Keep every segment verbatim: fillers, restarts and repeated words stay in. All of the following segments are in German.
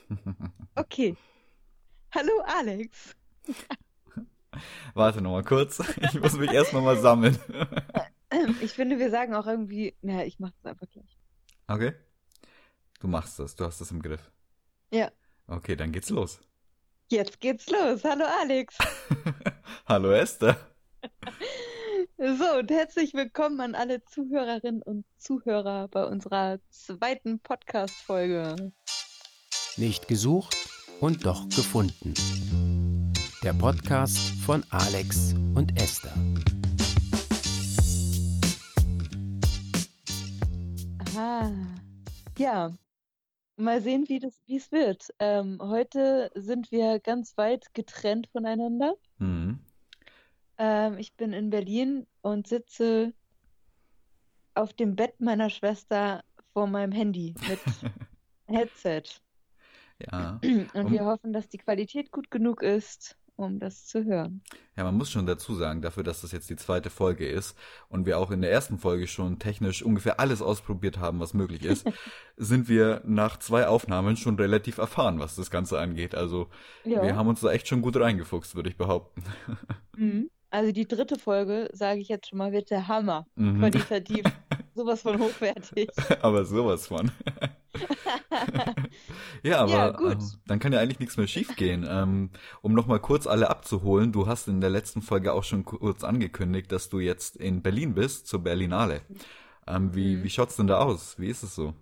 Okay. Hallo Alex. Warte noch mal kurz. Ich muss mich erst noch mal sammeln. Ich finde, wir sagen auch irgendwie, naja, ich mache das einfach gleich. Okay? Du machst das, du hast das im Griff. Ja, Okay, dann geht's los. jetzt geht's los. Hallo Alex. Hallo Esther. So, und herzlich willkommen an alle Zuhörerinnen und Zuhörer bei unserer zweiten Podcast-Folge. Nicht gesucht und doch gefunden. Der Podcast von Alex und Esther. Aha. Ja, mal sehen, wie das, wie es wird. Ähm, heute sind wir ganz weit getrennt voneinander. Mhm. Ähm, ich bin in Berlin und sitze auf dem Bett meiner Schwester vor meinem Handy mit Headset. Ja. Und wir Um, hoffen, dass die Qualität gut genug ist, um das zu hören. ja, man muss schon dazu sagen, dafür, dass das jetzt die zweite Folge ist und wir auch in der ersten Folge schon technisch ungefähr alles ausprobiert haben, was möglich ist, sind wir nach zwei Aufnahmen schon relativ erfahren, was das Ganze angeht. Also wir Ja. haben uns da echt schon gut reingefuchst, würde ich behaupten. Mhm. Also die dritte Folge, sage ich jetzt schon mal, wird der Hammer. Mhm. Qualitativ sowas von hochwertig. Aber sowas von. Ja, Ja, aber gut. ähm, dann kann ja eigentlich nichts mehr schiefgehen. Ähm, um nochmal kurz alle abzuholen, du hast in der letzten Folge auch schon kurz angekündigt, dass du jetzt in Berlin bist, zur Berlinale. Ähm, wie, Mhm. wie schaut's denn da aus? Wie ist es so?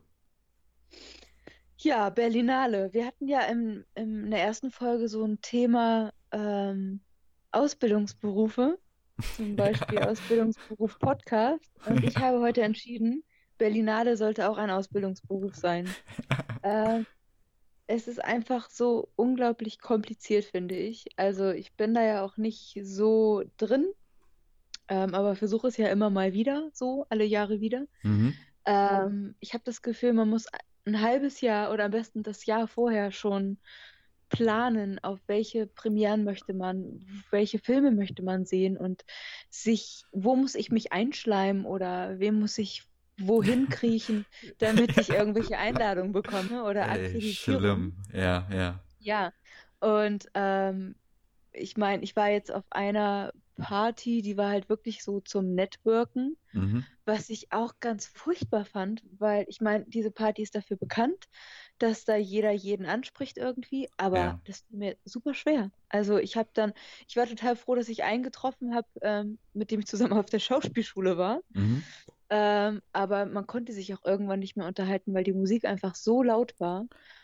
Ja, Berlinale. Wir hatten ja im, im, in der ersten Folge so ein Thema ähm, Ausbildungsberufe, zum Beispiel Ausbildungsberuf Podcast. Und ich habe heute entschieden, Berlinale sollte auch ein Ausbildungsberuf sein. Äh, Es ist einfach so unglaublich kompliziert, finde ich. Also ich bin da ja auch nicht so drin, ähm, aber versuche es ja immer mal wieder, so alle Jahre wieder. Mhm. Ähm, ich habe das Gefühl, man muss ein halbes Jahr oder am besten das Jahr vorher schon planen, auf welche Premieren möchte man, welche Filme möchte man sehen und sich, wo muss ich mich einschleimen oder wem muss ich wohin kriechen, damit ich irgendwelche Einladungen bekomme oder Ey, Akkreditierung. schlimm. Ja, ja. Ja, und ähm, ich meine, ich war jetzt auf einer Party, die war halt wirklich so zum Networken, Mhm. was ich auch ganz furchtbar fand, weil ich meine, diese Party ist dafür bekannt, dass da jeder jeden anspricht irgendwie, aber Ja. das ist mir super schwer. Also ich habe dann, ich war total froh, dass ich einen getroffen habe, ähm, mit dem ich zusammen auf der Schauspielschule war. Mhm. Ähm, aber man konnte sich auch irgendwann nicht mehr unterhalten, weil die Musik einfach so laut war.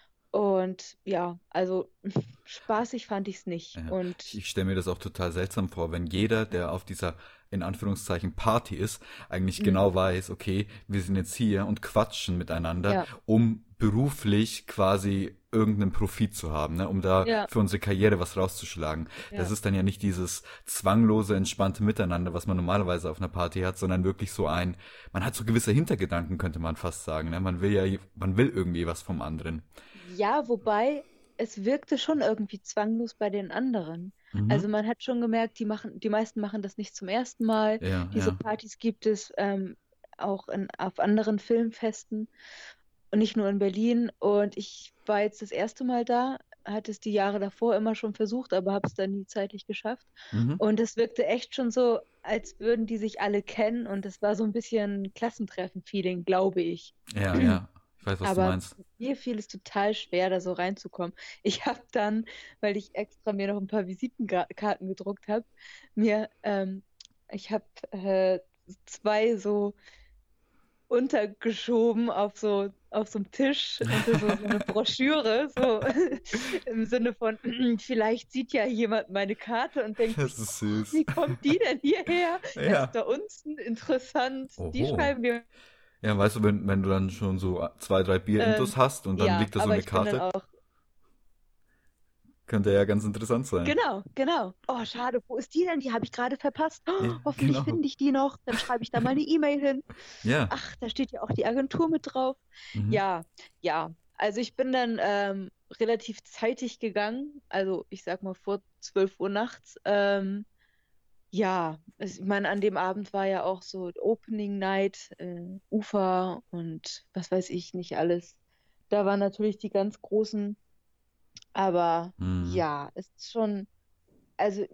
Und ja, also spaßig fand ich es nicht. Ja, ich, Und ich stelle mir das auch total seltsam vor, wenn jeder, der auf dieser in Anführungszeichen Party ist, eigentlich mm, genau weiß, okay, wir sind jetzt hier und quatschen miteinander, ja, um beruflich quasi irgendeinen Profit zu haben, ne, um da ja, für unsere Karriere was rauszuschlagen. Das ja, ist dann ja nicht dieses zwanglose, entspannte Miteinander, was man normalerweise auf einer Party hat, sondern wirklich so ein, man hat so gewisse Hintergedanken, könnte man fast sagen, ne? Man will ja, man will irgendwie was vom anderen. ja, wobei es wirkte schon irgendwie zwanglos bei den anderen. Mhm. Also man hat schon gemerkt, die machen, die meisten machen das nicht zum ersten Mal. Ja, Diese ja. Partys gibt es ähm, auch in, auf anderen Filmfesten und nicht nur in Berlin. Und ich war jetzt das erste Mal da, hatte es die Jahre davor immer schon versucht, aber habe es dann nie zeitlich geschafft. Mhm. Und es wirkte echt schon so, als würden die sich alle kennen und es war so ein bisschen Klassentreffen-Feeling, glaube ich. Ja, ja. Ich weiß, was du Aber meinst. mir fiel es total schwer, da so reinzukommen. Ich habe dann, weil ich extra mir noch ein paar Visitenkarten gedruckt habe, mir, ähm, ich habe äh, zwei so untergeschoben auf so auf so einem Tisch unter so, so eine Broschüre, so im Sinne von, vielleicht sieht ja jemand meine Karte und denkt sich, Das ist oh, süß. wie kommt die denn hierher? Erst Ja. da unten, interessant, die Oho. schreiben wir. Ja, weißt du, wenn, wenn du dann schon so zwei, drei Ähm, Bierintus hast und dann ja, liegt da so aber eine ich bin dann Karte, auch. könnte ja ganz interessant sein. Genau, genau. Oh, schade, wo ist die denn? Die habe ich gerade verpasst. Ja, Oh, hoffentlich genau. finde ich die noch. Dann schreibe ich da mal eine E-Mail hin. Ja. Ach, da steht ja auch die Agentur mit drauf. Mhm. Ja, ja. Also ich bin dann ähm, relativ zeitig gegangen. Also ich sag mal vor zwölf Uhr nachts. Ähm, ja, es, ich meine, an dem Abend war ja auch so Opening Night, äh, Ufer und was weiß ich nicht alles. Da waren natürlich die ganz großen. Aber Mhm. ja, es ist schon, also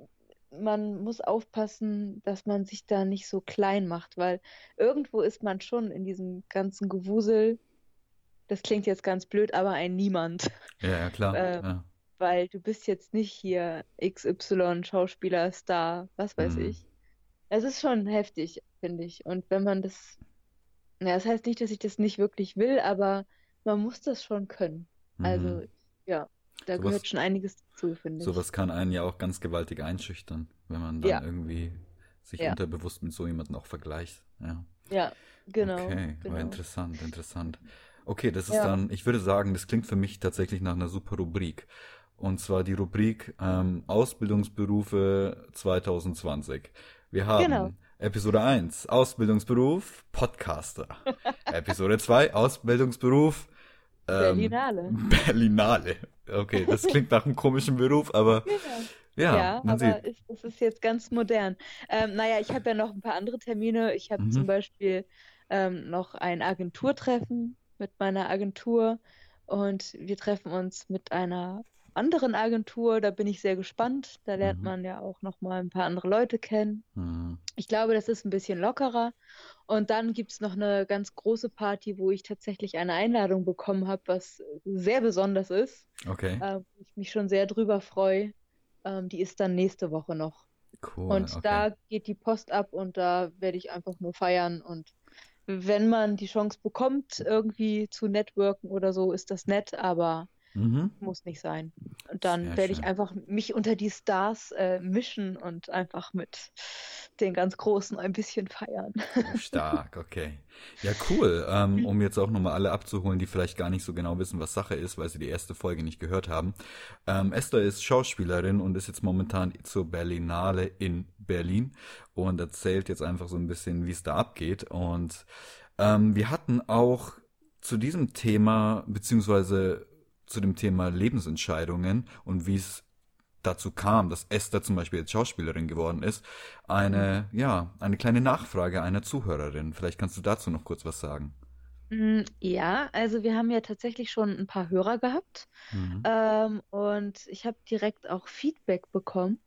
man muss aufpassen, dass man sich da nicht so klein macht, weil irgendwo ist man schon in diesem ganzen Gewusel, das klingt jetzt ganz blöd, aber ein Niemand. Ja, ja, klar. Äh, Ja. weil du bist jetzt nicht hier X Y, Schauspieler, Star, was weiß Mhm. ich. Es ist schon heftig, finde ich. Und wenn man das, ja, das heißt nicht, dass ich das nicht wirklich will, aber man muss das schon können. Mhm. Also, ja, da Sowas, gehört schon einiges dazu, finde ich. sowas kann einen ja auch ganz gewaltig einschüchtern, wenn man dann Ja, irgendwie sich ja, unterbewusst mit so jemandem auch vergleicht. Ja. ja, genau, Okay, aber genau. interessant, interessant. Okay, das ist Ja, dann, ich würde sagen, das klingt für mich tatsächlich nach einer super Rubrik. Und zwar die Rubrik ähm, Ausbildungsberufe zwanzig zwanzig. Wir genau. haben Episode eins Ausbildungsberuf Podcaster. Episode zwei Ausbildungsberuf ähm, Berlinale. Berlinale. Okay, das klingt nach einem komischen Beruf, aber Genau. ja, Ja, man aber sieht. ist, es ist jetzt ganz modern. Ähm, naja, ich habe ja noch ein paar andere Termine. Ich habe Mhm, zum Beispiel ähm, noch ein Agenturtreffen mit meiner Agentur und wir treffen uns mit einer anderen Agentur. Da bin ich sehr gespannt. Da lernt mhm, man ja auch noch mal ein paar andere Leute kennen. mhm. Ich glaube, das ist ein bisschen lockerer. Und dann gibt es noch eine ganz große Party, wo ich tatsächlich eine Einladung bekommen habe, was sehr besonders ist, Okay, äh, wo ich mich schon sehr drüber freue. Ähm, die ist dann nächste Woche noch. cool, Und okay. da geht die Post ab und da werde ich einfach nur feiern. Und wenn man die Chance bekommt, irgendwie zu networken oder so, ist das nett, aber Mhm. muss nicht sein. Und dann Sehr werde ich schön. einfach mich unter die Stars äh, mischen und einfach mit den ganz Großen ein bisschen feiern. Stark, okay. Ja, cool. Ähm, um jetzt auch nochmal alle abzuholen, die vielleicht gar nicht so genau wissen, was Sache ist, weil sie die erste Folge nicht gehört haben. Ähm, Esther ist Schauspielerin und ist jetzt momentan zur Berlinale in Berlin und erzählt jetzt einfach so ein bisschen, wie es da abgeht. Und ähm, wir hatten auch zu diesem Thema, beziehungsweise zu dem Thema Lebensentscheidungen und wie es dazu kam, dass Esther zum Beispiel jetzt Schauspielerin geworden ist, eine, ja, eine kleine Nachfrage einer Zuhörerin. Vielleicht kannst du dazu noch kurz was sagen. Mm, ja, also wir haben ja tatsächlich schon ein paar Hörer gehabt, Mhm. ähm, und ich habe direkt auch Feedback bekommen,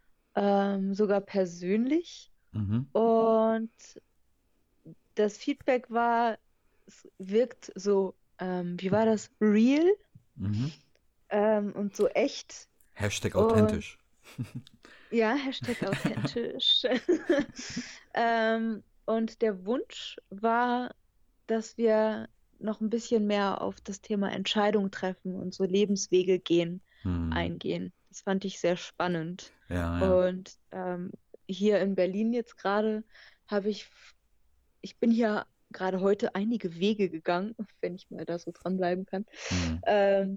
ähm, sogar persönlich. Mhm. Und das Feedback war, es wirkt so, ähm, wie war das, real, Mhm. ähm, und so echt. Hashtag Und authentisch. ja, Hashtag authentisch. Ähm, und der Wunsch war, dass wir noch ein bisschen mehr auf das Thema Entscheidung treffen und so Lebenswege gehen, Mhm. eingehen. Das fand ich sehr spannend. Ja, ja. Und ähm, hier in Berlin jetzt gerade habe ich, ich bin hier gerade heute einige Wege gegangen, wenn ich mal da so dranbleiben kann. Mhm. Ähm,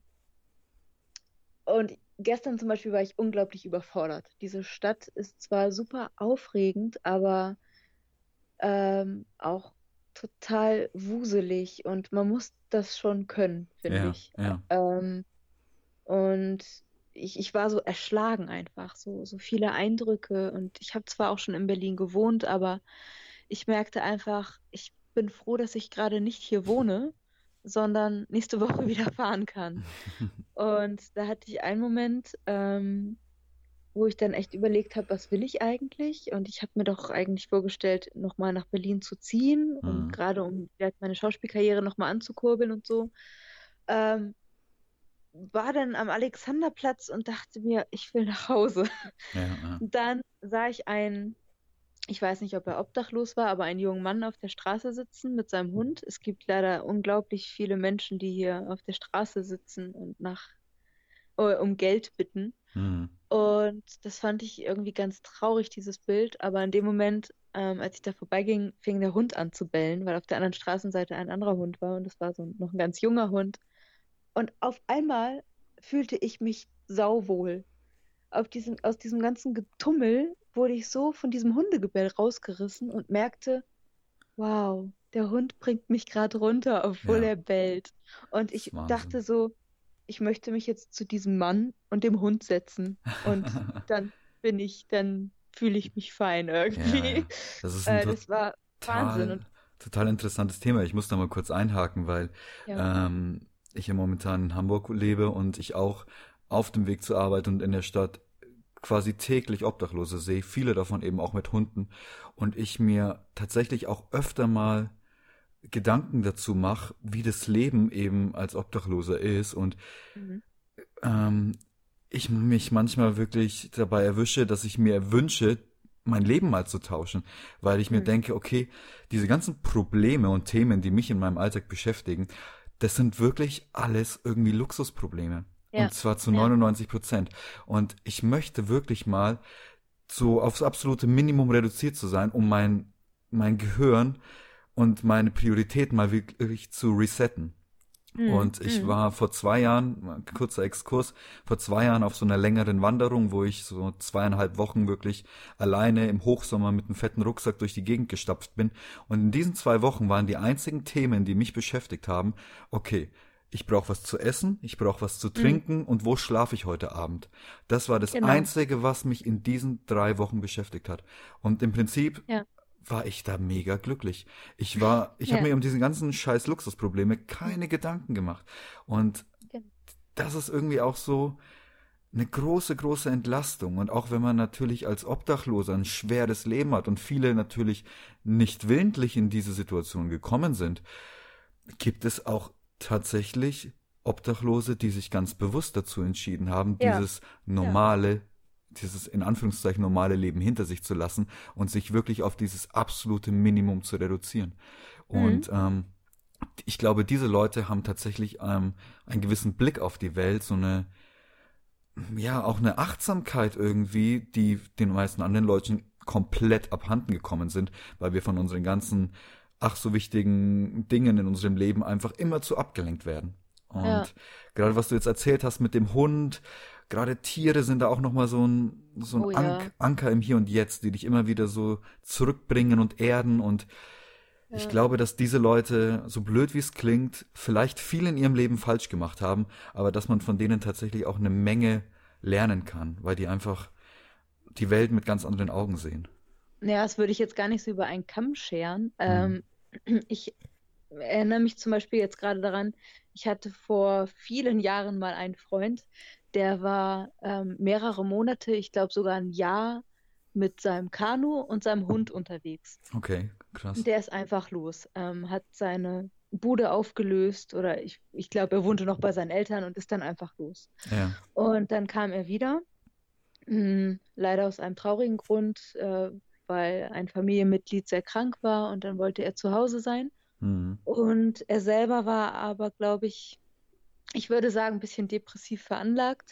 und gestern zum Beispiel war ich unglaublich überfordert. Diese Stadt ist zwar super aufregend, aber ähm, auch total wuselig und man muss das schon können, finde Ja, ich. ja. Ähm, und ich, ich war so erschlagen einfach, so, so viele Eindrücke und ich habe zwar auch schon in Berlin gewohnt, aber ich merkte einfach, ich bin froh, dass ich gerade nicht hier wohne, sondern nächste Woche wieder fahren kann. Und da hatte ich einen Moment, ähm, wo ich dann echt überlegt habe, was will ich eigentlich? Und ich habe mir doch eigentlich vorgestellt, nochmal nach Berlin zu ziehen und Mhm. gerade um vielleicht meine Schauspielkarriere nochmal anzukurbeln und so. Ähm, war dann am Alexanderplatz und dachte mir, ich will nach Hause. Ja, ja. Und dann sah ich einen, ich weiß nicht, ob er obdachlos war, aber einen jungen Mann auf der Straße sitzen mit seinem Hund. Es gibt leider unglaublich viele Menschen, die hier auf der Straße sitzen und nach, äh, um Geld bitten. Mhm. Und das fand ich irgendwie ganz traurig, dieses Bild. Aber in dem Moment, ähm, als ich da vorbeiging, fing der Hund an zu bellen, weil auf der anderen Straßenseite ein anderer Hund war und das war so ein, noch ein ganz junger Hund. Und auf einmal fühlte ich mich sauwohl. Auf diesem, aus diesem ganzen Getummel wurde ich so von diesem Hundegebell rausgerissen und merkte, wow, der Hund bringt mich gerade runter, obwohl Ja, er bellt. Und das ist ich Wahnsinn. dachte so, ich möchte mich jetzt zu diesem Mann und dem Hund setzen. Und dann bin ich, dann fühle ich mich fein Ja, irgendwie. ja. Das ist ein Äh, das war Wahnsinn. total, Und total interessantes Thema. Ich muss da mal kurz einhaken, weil ja, ähm, ich ja momentan in Hamburg lebe und ich auch auf dem Weg zur Arbeit und in der Stadt quasi täglich Obdachlose sehe, viele davon eben auch mit Hunden, und ich mir tatsächlich auch öfter mal Gedanken dazu mache, wie das Leben eben als Obdachloser ist, und Mhm. ähm, ich mich manchmal wirklich dabei erwische, dass ich mir wünsche, mein Leben mal zu tauschen, weil ich mir Mhm. denke, okay, diese ganzen Probleme und Themen, die mich in meinem Alltag beschäftigen, das sind wirklich alles irgendwie Luxusprobleme. Und Ja, zwar zu ja, neunundneunzig Prozent. Und ich möchte wirklich mal so aufs absolute Minimum reduziert zu sein, um mein, mein Gehirn und meine Prioritäten mal wirklich zu resetten. mhm. Und ich Mhm. war vor zwei Jahren, kurzer Exkurs, vor zwei Jahren auf so einer längeren Wanderung, wo ich so zweieinhalb Wochen wirklich alleine im Hochsommer mit einem fetten Rucksack durch die Gegend gestapft bin. Und in diesen zwei Wochen waren die einzigen Themen, die mich beschäftigt haben: okay, ich brauche was zu essen, ich brauche was zu Mhm. trinken, und wo schlafe ich heute Abend? Das war das Genau. Einzige, was mich in diesen drei Wochen beschäftigt hat. Und im Prinzip Ja, war ich da mega glücklich. Ich war, ich habe ja, mir um diese ganzen scheiß Luxusprobleme keine Gedanken gemacht. Und gen- das ist irgendwie auch so eine große, große Entlastung. Und auch wenn man natürlich als Obdachloser ein schweres Leben hat und viele natürlich nicht willentlich in diese Situation gekommen sind, gibt es auch tatsächlich Obdachlose, die sich ganz bewusst dazu entschieden haben, ja, dieses ja. normale, dieses in Anführungszeichen normale Leben hinter sich zu lassen und sich wirklich auf dieses absolute Minimum zu reduzieren. Mhm. Und ähm, ich glaube, diese Leute haben tatsächlich ähm, einen gewissen Blick auf die Welt, so eine, ja, auch eine Achtsamkeit irgendwie, die den meisten anderen Leuten komplett abhanden gekommen sind, weil wir von unseren ganzen ach so wichtigen Dingen in unserem Leben einfach immer zu abgelenkt werden. Ja. Und gerade was du jetzt erzählt hast mit dem Hund, gerade Tiere sind da auch nochmal so ein, so ein Oh ja. Ank Anker im Hier und Jetzt, die dich immer wieder so zurückbringen und erden. Und ich Ja. glaube, dass diese Leute, so blöd wie es klingt, vielleicht viel in ihrem Leben falsch gemacht haben, aber dass man von denen tatsächlich auch eine Menge lernen kann, weil die einfach die Welt mit ganz anderen Augen sehen. Ja, das würde ich jetzt gar nicht so über einen Kamm scheren. Hm. Ähm, ich erinnere mich zum Beispiel jetzt gerade daran, ich hatte vor vielen Jahren mal einen Freund, der war ähm, mehrere Monate, ich glaube sogar ein Jahr, mit seinem Kanu und seinem Hund unterwegs. Okay, Und krass. der ist einfach los, ähm, hat seine Bude aufgelöst oder ich, ich glaube, er wohnte noch bei seinen Eltern und ist dann einfach los. Ja. Und dann kam er wieder, mh, leider aus einem traurigen Grund, äh, weil ein Familienmitglied sehr krank war und dann wollte er zu Hause sein. Hm. Und er selber war aber, glaube ich, ich würde sagen, ein bisschen depressiv veranlagt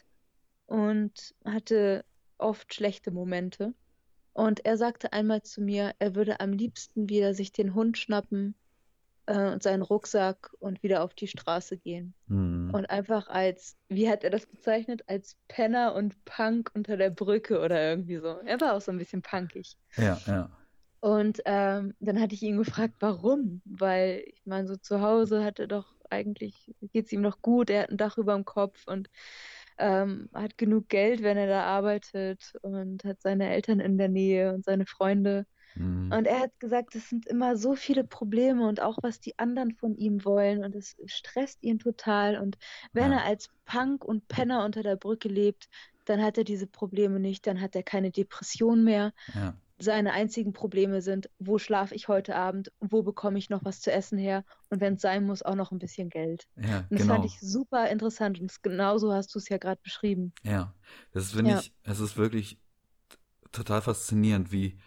und hatte oft schlechte Momente. Und er sagte einmal zu mir, er würde am liebsten wieder sich den Hund schnappen äh, und seinen Rucksack und wieder auf die Straße gehen. Hm. Und einfach als, wie hat er das bezeichnet? Als Penner und Punk unter der Brücke oder irgendwie so. Er war auch so ein bisschen punkig. Ja, ja. Und ähm, dann hatte ich ihn gefragt, warum? Weil ich meine, so zu Hause hat er doch eigentlich, geht es ihm noch gut, er hat ein Dach über dem Kopf und ähm, hat genug Geld, wenn er da arbeitet und hat seine Eltern in der Nähe und seine Freunde. Hm. Und er hat gesagt, es sind immer so viele Probleme und auch was die anderen von ihm wollen und es stresst ihn total. Und wenn Ja, er als Punk und Penner unter der Brücke lebt, dann hat er diese Probleme nicht, dann hat er keine Depression mehr. ja, Seine einzigen Probleme sind, wo schlafe ich heute Abend, wo bekomme ich noch was zu essen her und wenn es sein muss, auch noch ein bisschen Geld. ja, Und das fand genau. ich super interessant und das, genauso hast du es ja gerade beschrieben. Ja. Das finde Ja, ich, es ist wirklich total faszinierend, wie,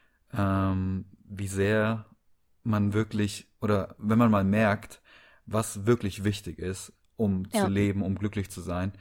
ähm, wie sehr man wirklich, oder wenn man mal merkt, was wirklich wichtig ist, um zu ja, leben, um glücklich zu sein,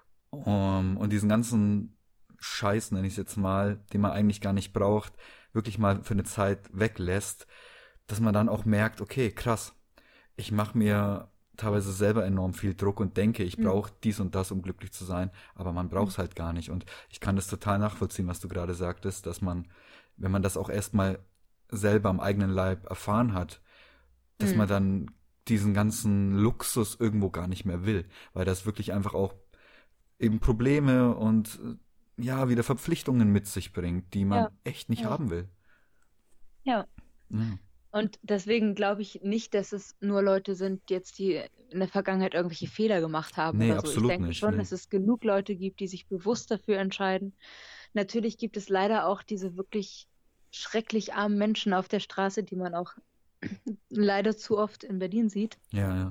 um, und diesen ganzen Scheiß, nenne ich es jetzt mal, den man eigentlich gar nicht braucht, wirklich mal für eine Zeit weglässt, dass man dann auch merkt, okay, krass, ich mache mir teilweise selber enorm viel Druck und denke, ich mm, brauche dies und das, um glücklich zu sein, aber man braucht mm, es halt gar nicht. Und ich kann das total nachvollziehen, was du gerade sagtest, dass man, wenn man das auch erstmal selber am eigenen Leib erfahren hat, dass man mm, dann diesen ganzen Luxus irgendwo gar nicht mehr will, weil das wirklich einfach auch eben Probleme und äh, ja, wieder Verpflichtungen mit sich bringt, die ja, man echt nicht ja, haben will. ja. Ja. Und deswegen glaube ich nicht, dass es nur Leute sind, jetzt die in der Vergangenheit irgendwelche Fehler gemacht haben Nee, oder so. Ich absolut denke nicht, schon, nee. dass es genug Leute gibt, die sich bewusst dafür entscheiden. Natürlich gibt es leider auch diese wirklich schrecklich armen Menschen auf der Straße, die man auch leider zu oft in Berlin sieht, Ja, ja,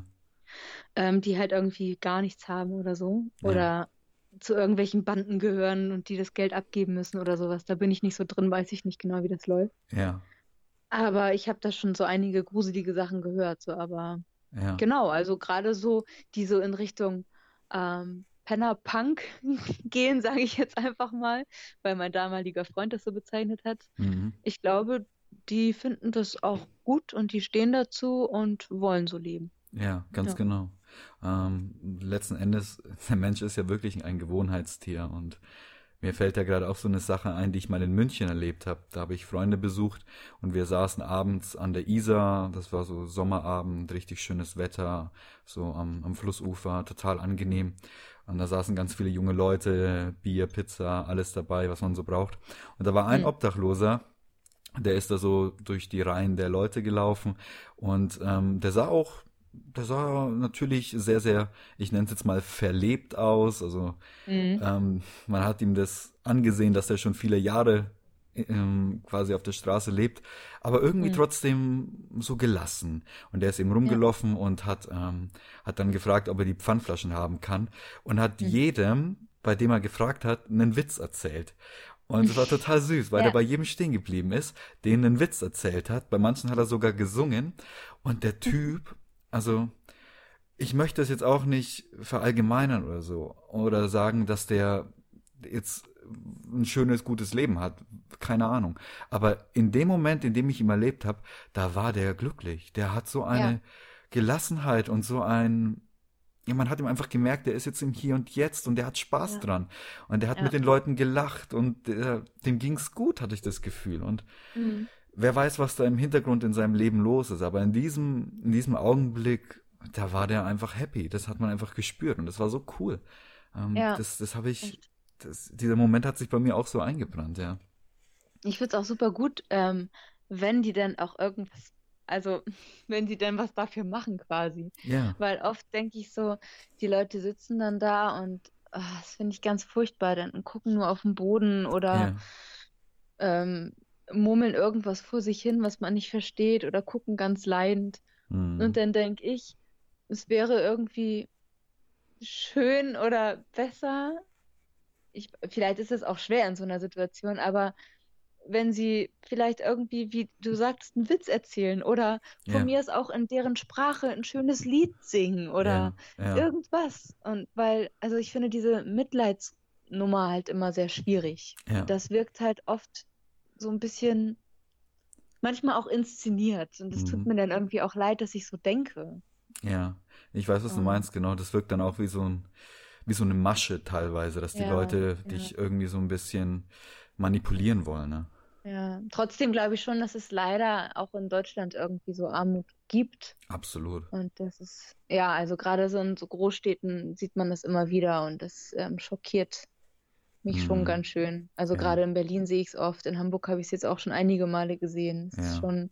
ähm, die halt irgendwie gar nichts haben oder so. ja, Oder zu irgendwelchen Banden gehören und die das Geld abgeben müssen oder sowas. Da bin ich nicht so drin, weiß ich nicht genau, wie das läuft. ja, Aber ich habe da schon so einige gruselige Sachen gehört, so, aber ja. genau, also gerade so, die so in Richtung ähm, Penner-Punk gehen, sage ich jetzt einfach mal, weil mein damaliger Freund das so bezeichnet hat. Mhm. Ich glaube, die finden das auch gut und die stehen dazu und wollen so leben. Ja, ganz Ja. genau. Ähm, letzten Endes, der Mensch ist ja wirklich ein Gewohnheitstier und mir fällt da gerade auch so eine Sache ein, die ich mal in München erlebt habe. Da habe ich Freunde besucht und wir saßen abends an der Isar. Das war so Sommerabend, richtig schönes Wetter, so am, am Flussufer, total angenehm. Und da saßen ganz viele junge Leute, Bier, Pizza, alles dabei, was man so braucht. Und da war ein Hm. Obdachloser, der ist da so durch die Reihen der Leute gelaufen und ähm, der sah auch, der sah natürlich sehr, sehr, ich nenne es jetzt mal verlebt aus. Also Mhm. ähm, man hat ihm das angesehen, dass er schon viele Jahre ähm, quasi auf der Straße lebt, aber irgendwie Mhm. trotzdem so gelassen. Und er ist eben Ja. rumgelaufen und hat, ähm, hat dann gefragt, ob er die Pfandflaschen haben kann und hat Mhm. jedem, bei dem er gefragt hat, einen Witz erzählt. Und es war total süß, weil er Ja. bei jedem stehen geblieben ist, denen einen Witz erzählt hat. Bei manchen hat er sogar gesungen. Und der Typ, also ich möchte es jetzt auch nicht verallgemeinern oder so oder sagen, dass der jetzt ein schönes, gutes Leben hat. Keine Ahnung. Aber in dem Moment, in dem ich ihn erlebt habe, da war der glücklich. Der hat so Ja. eine Gelassenheit und so ein, ja, man hat ihm einfach gemerkt, der ist jetzt im Hier und Jetzt und der hat Spaß Ja. dran. Und der hat mit Ja. den Leuten gelacht und der, dem ging's gut, hatte ich das Gefühl. Und Mhm. wer weiß, was da im Hintergrund in seinem Leben los ist. Aber in diesem, in diesem Augenblick, da war der einfach happy. Das hat man einfach gespürt und das war so cool. Ähm, Ja. das, das habe ich, Echt. das, dieser Moment hat sich bei mir auch so eingebrannt, ja. Ich finde es auch super gut, ähm, wenn die dann auch irgendwas, also wenn die dann was dafür machen quasi. Ja, Weil oft denke ich so, die Leute sitzen dann da und ah, das finde ich ganz furchtbar, dann und gucken nur auf den Boden oder ja. ähm, murmeln irgendwas vor sich hin, was man nicht versteht oder gucken ganz leidend. Und Hm. dann denke ich, es wäre irgendwie schön oder besser. Ich, vielleicht ist es auch schwer in so einer Situation, aber wenn sie vielleicht irgendwie, wie du sagst, einen Witz erzählen oder von Ja, mir ist auch in deren Sprache ein schönes Lied singen oder ja, ja, irgendwas. Und weil, also ich finde diese Mitleidsnummer halt immer sehr schwierig. ja, Das wirkt halt oft so ein bisschen, manchmal auch inszeniert. Und es tut mhm. mir dann irgendwie auch leid, dass ich so denke. Ja. Ich weiß, was du Ähm, meinst, genau. Das wirkt dann auch wie so ein, wie so eine Masche teilweise, dass die ja, Leute ja. dich irgendwie so ein bisschen manipulieren wollen, ne? Ja, trotzdem glaube ich schon, dass es leider auch in Deutschland irgendwie so Armut gibt. Absolut. Und das ist, ja, also gerade so in so Großstädten sieht man das immer wieder und das ähm, schockiert mich schon Mhm. ganz schön. Also Ja, gerade in Berlin sehe ich es oft, in Hamburg habe ich es jetzt auch schon einige Male gesehen. Es ist ja. schon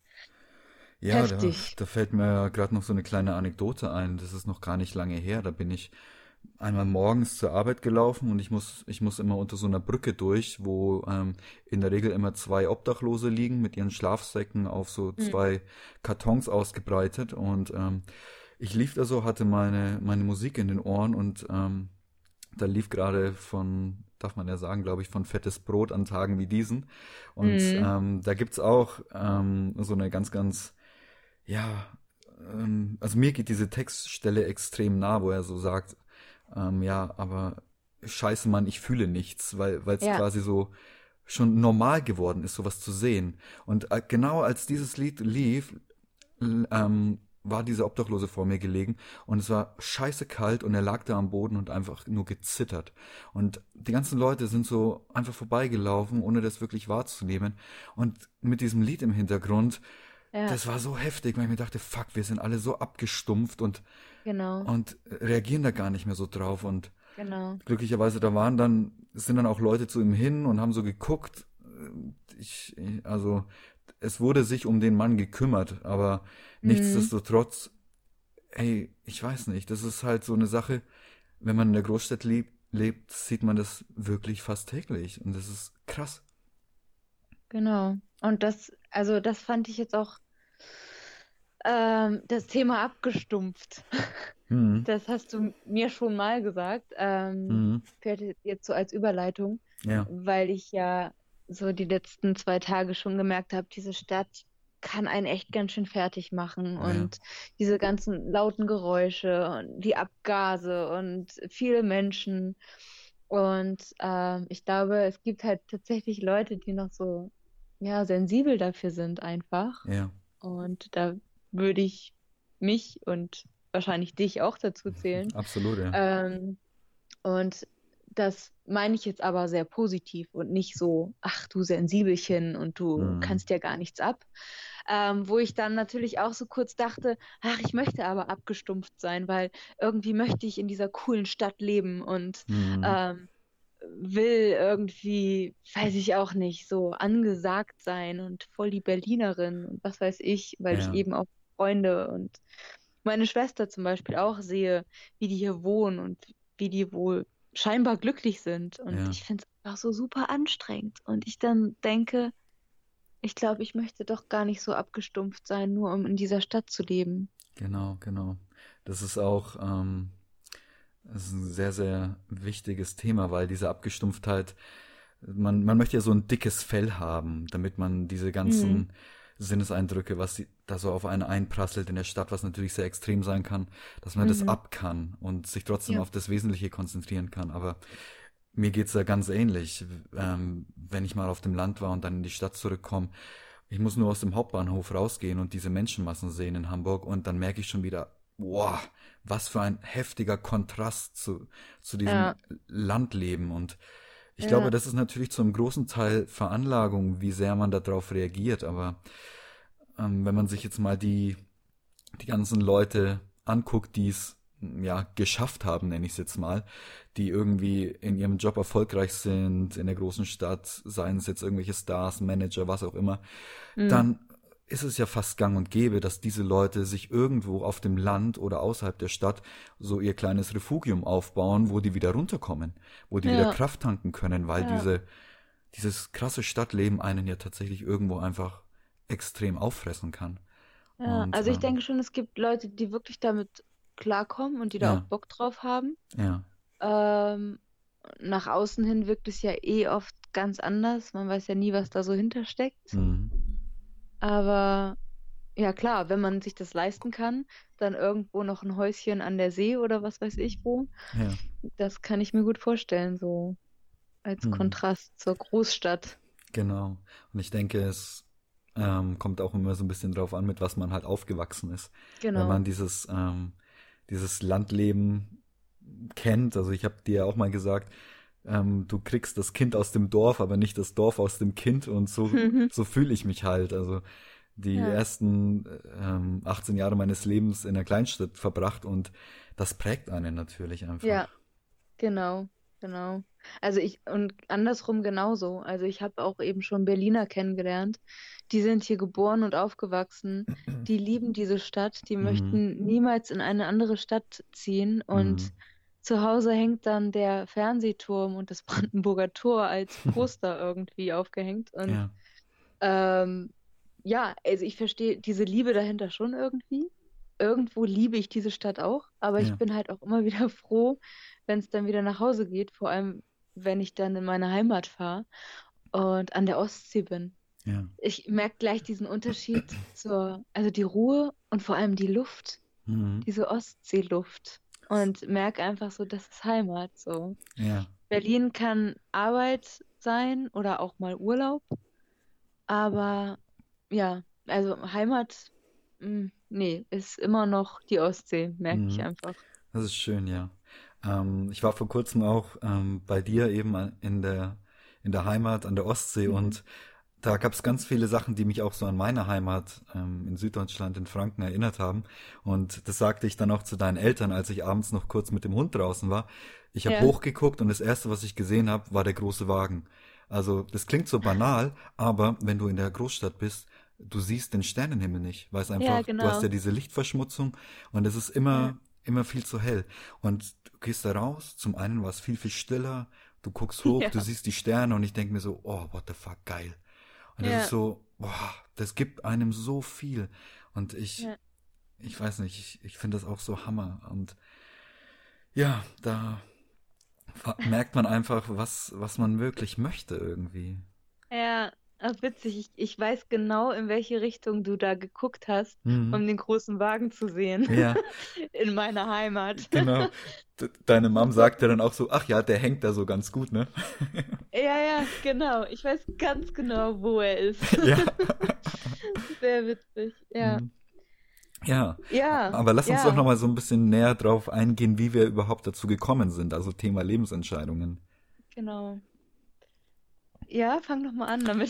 Ja, da, heftig. da fällt mir gerade noch so eine kleine Anekdote ein. Das ist noch gar nicht lange her. Da bin ich einmal morgens zur Arbeit gelaufen und ich muss, ich muss immer unter so einer Brücke durch, wo ähm, in der Regel immer zwei Obdachlose liegen mit ihren Schlafsäcken auf so Hm. zwei Kartons ausgebreitet. Und ähm, ich lief da so, hatte meine, meine Musik in den Ohren und ähm, da lief gerade von, darf man ja sagen, glaube ich, von Fettes Brot an Tagen wie diesen. Und Mhm. ähm, da gibt's auch ähm, so eine ganz, ganz ja, ähm, also mir geht diese Textstelle extrem nah, wo er so sagt, ähm, ja, aber scheiße Mann, ich fühle nichts, weil weil es Ja, quasi so schon normal geworden ist, sowas zu sehen. Und äh, genau als dieses Lied lief, l- ähm, war dieser Obdachlose vor mir gelegen und es war scheiße kalt und er lag da am Boden und einfach nur gezittert. Und die ganzen Leute sind so einfach vorbeigelaufen, ohne das wirklich wahrzunehmen. Und mit diesem Lied im Hintergrund, ja, das war so heftig, weil ich mir dachte, fuck, wir sind alle so abgestumpft und, genau, und reagieren da gar nicht mehr so drauf. Und genau. glücklicherweise, da waren dann, sind dann auch Leute zu ihm hin und haben so geguckt. Ich, also es wurde sich um den Mann gekümmert, aber Mhm. nichtsdestotrotz, ey, ich weiß nicht, das ist halt so eine Sache, wenn man in der Großstadt lebt, lebt, sieht man das wirklich fast täglich und das ist krass. Genau. Und das, also das fand ich jetzt auch ähm, das Thema abgestumpft. Mhm. Das hast du mir schon mal gesagt, ähm, Mhm. vielleicht jetzt so als Überleitung, Ja, weil ich ja so die letzten zwei Tage schon gemerkt habe, diese Stadt kann einen echt ganz schön fertig machen ja, und diese ganzen lauten Geräusche und die Abgase und viele Menschen. Und ähm, ich glaube, es gibt halt tatsächlich Leute, die noch so, ja, sensibel dafür sind einfach. ja, Und da würde ich mich und wahrscheinlich dich auch dazu zählen. absolut, ja. Ähm, und das meine ich jetzt aber sehr positiv und nicht so, ach du Sensibelchen und du Mhm. kannst ja gar nichts ab. Ähm, wo ich dann natürlich auch so kurz dachte, ach, ich möchte aber abgestumpft sein, weil irgendwie möchte ich in dieser coolen Stadt leben und Mhm. ähm, will irgendwie, weiß ich auch nicht, so angesagt sein und voll die Berlinerin und was weiß ich, weil ich Ja, eben auch Freunde und meine Schwester zum Beispiel auch sehe, wie die hier wohnen und wie die wohl scheinbar glücklich sind. Und ja, ich finde es einfach so super anstrengend. Und ich dann denke, ich glaube, ich möchte doch gar nicht so abgestumpft sein, nur um in dieser Stadt zu leben. genau, genau. Das ist auch, ähm, das ist ein sehr, sehr wichtiges Thema, weil diese Abgestumpftheit, man, man möchte ja so ein dickes Fell haben, damit man diese Mhm. ganzen Sinneseindrücke, was sie- da so auf einen einprasselt in der Stadt, was natürlich sehr extrem sein kann, dass man das Mhm. ab kann und sich trotzdem Ja. auf das Wesentliche konzentrieren kann. Aber mir geht's da ganz ähnlich, ähm, wenn ich mal auf dem Land war und dann in die Stadt zurückkomme. Ich muss nur aus dem Hauptbahnhof rausgehen und diese Menschenmassen sehen in Hamburg und dann merke ich schon wieder, wow, was für ein heftiger Kontrast zu, zu diesem Ja. Landleben. Und ich glaube, Ja. das ist natürlich zum großen Teil Veranlagung, wie sehr man darauf reagiert. Aber ähm, wenn man sich jetzt mal die, die ganzen Leute anguckt, die es ja geschafft haben, nenne ich es jetzt mal, die irgendwie in ihrem Job erfolgreich sind, in der großen Stadt, seien es jetzt irgendwelche Stars, Manager, was auch immer, Mhm. dann ist es ja fast gang und gäbe, dass diese Leute sich irgendwo auf dem Land oder außerhalb der Stadt so ihr kleines Refugium aufbauen, wo die wieder runterkommen, wo die wieder Ja. Kraft tanken können, weil Ja. diese, dieses krasse Stadtleben einen ja tatsächlich irgendwo einfach extrem auffressen kann. Ja. Und Also ich ähm, denke schon, es gibt Leute, die wirklich damit klarkommen und die da auch ja, Bock drauf haben. ja, Ähm, nach außen hin wirkt es ja eh oft ganz anders. Man weiß ja nie, was da so hintersteckt. mhm, Aber ja klar, wenn man sich das leisten kann, dann irgendwo noch ein Häuschen an der See oder was weiß ich wo, ja, das kann ich mir gut vorstellen, so als mhm, Kontrast zur Großstadt. genau. Und ich denke, es ähm, kommt auch immer so ein bisschen drauf an, mit was man halt aufgewachsen ist. Wenn man Genau. dieses, ähm, dieses Landleben kennt, also ich habe dir ja auch mal gesagt, ähm, du kriegst das Kind aus dem Dorf, aber nicht das Dorf aus dem Kind und so, so fühle ich mich halt. Also die Ja, ersten ähm, achtzehn Jahre meines Lebens in der Kleinstadt verbracht und das prägt einen natürlich ja, einfach. genau, genau. Also ich, und andersrum genauso. Also ich habe auch eben schon Berliner kennengelernt. Die sind hier geboren und aufgewachsen. Die lieben diese Stadt. Die Mhm. möchten niemals in eine andere Stadt ziehen. Und Mhm. zu Hause hängt dann der Fernsehturm und das Brandenburger Tor als Poster irgendwie aufgehängt. Und Ja. ähm, ja, also ich verstehe diese Liebe dahinter schon irgendwie. Irgendwo liebe ich diese Stadt auch, aber ich Ja, bin halt auch immer wieder froh, wenn es dann wieder nach Hause geht, vor allem wenn ich dann in meine Heimat fahre und an der Ostsee bin. ja. Ich merke gleich diesen Unterschied zur, also die Ruhe und vor allem die Luft, Mhm. diese Ostseeluft und merke einfach so, das ist Heimat so. Ja. Berlin kann Arbeit sein oder auch mal Urlaub, aber ja, also Heimat, mh, nee, ist immer noch die Ostsee, merke ich Mhm. einfach. Das ist schön, ja. Ähm, ich war vor kurzem auch ähm, bei dir eben an- in der, in der Heimat an der Ostsee Mhm. und da gab es ganz viele Sachen, die mich auch so an meine Heimat ähm, in Süddeutschland, in Franken erinnert haben. Und das sagte ich dann auch zu deinen Eltern, als ich abends noch kurz mit dem Hund draußen war. Ich habe Ja, hochgeguckt und das Erste, was ich gesehen habe, war der große Wagen. Also das klingt so banal, aber wenn du in der Großstadt bist, du siehst den Sternenhimmel nicht, weil es Ja, einfach, du hast genau. ja diese Lichtverschmutzung und es ist Ja, immer, immer viel zu hell. Und du gehst da raus, zum einen war es viel, viel stiller, du guckst hoch, du ja, siehst die Sterne und ich denke mir so, oh, what the fuck, geil. Und das ist ja, so, boah, das gibt einem so viel. Und ich, ja. ich weiß nicht, ich, ich finde das auch so Hammer. Und ja, da fa- merkt man einfach, was, was man wirklich möchte irgendwie. Ja, ach, witzig. Ich, ich weiß genau, in welche Richtung du da geguckt hast, Mhm. um den großen Wagen zu sehen. Ja, In meiner Heimat. genau. D- Deine Mom sagt ja dann auch so, ach ja, der hängt da so ganz gut, ne? Ja, ja, genau. Ich weiß ganz genau, wo er ist. Ja. Sehr witzig. Ja, Mhm. Ja, ja, aber lass uns doch ja, noch mal so ein bisschen näher drauf eingehen, wie wir überhaupt dazu gekommen sind, also Thema Lebensentscheidungen. genau. Ja, fang doch mal an damit.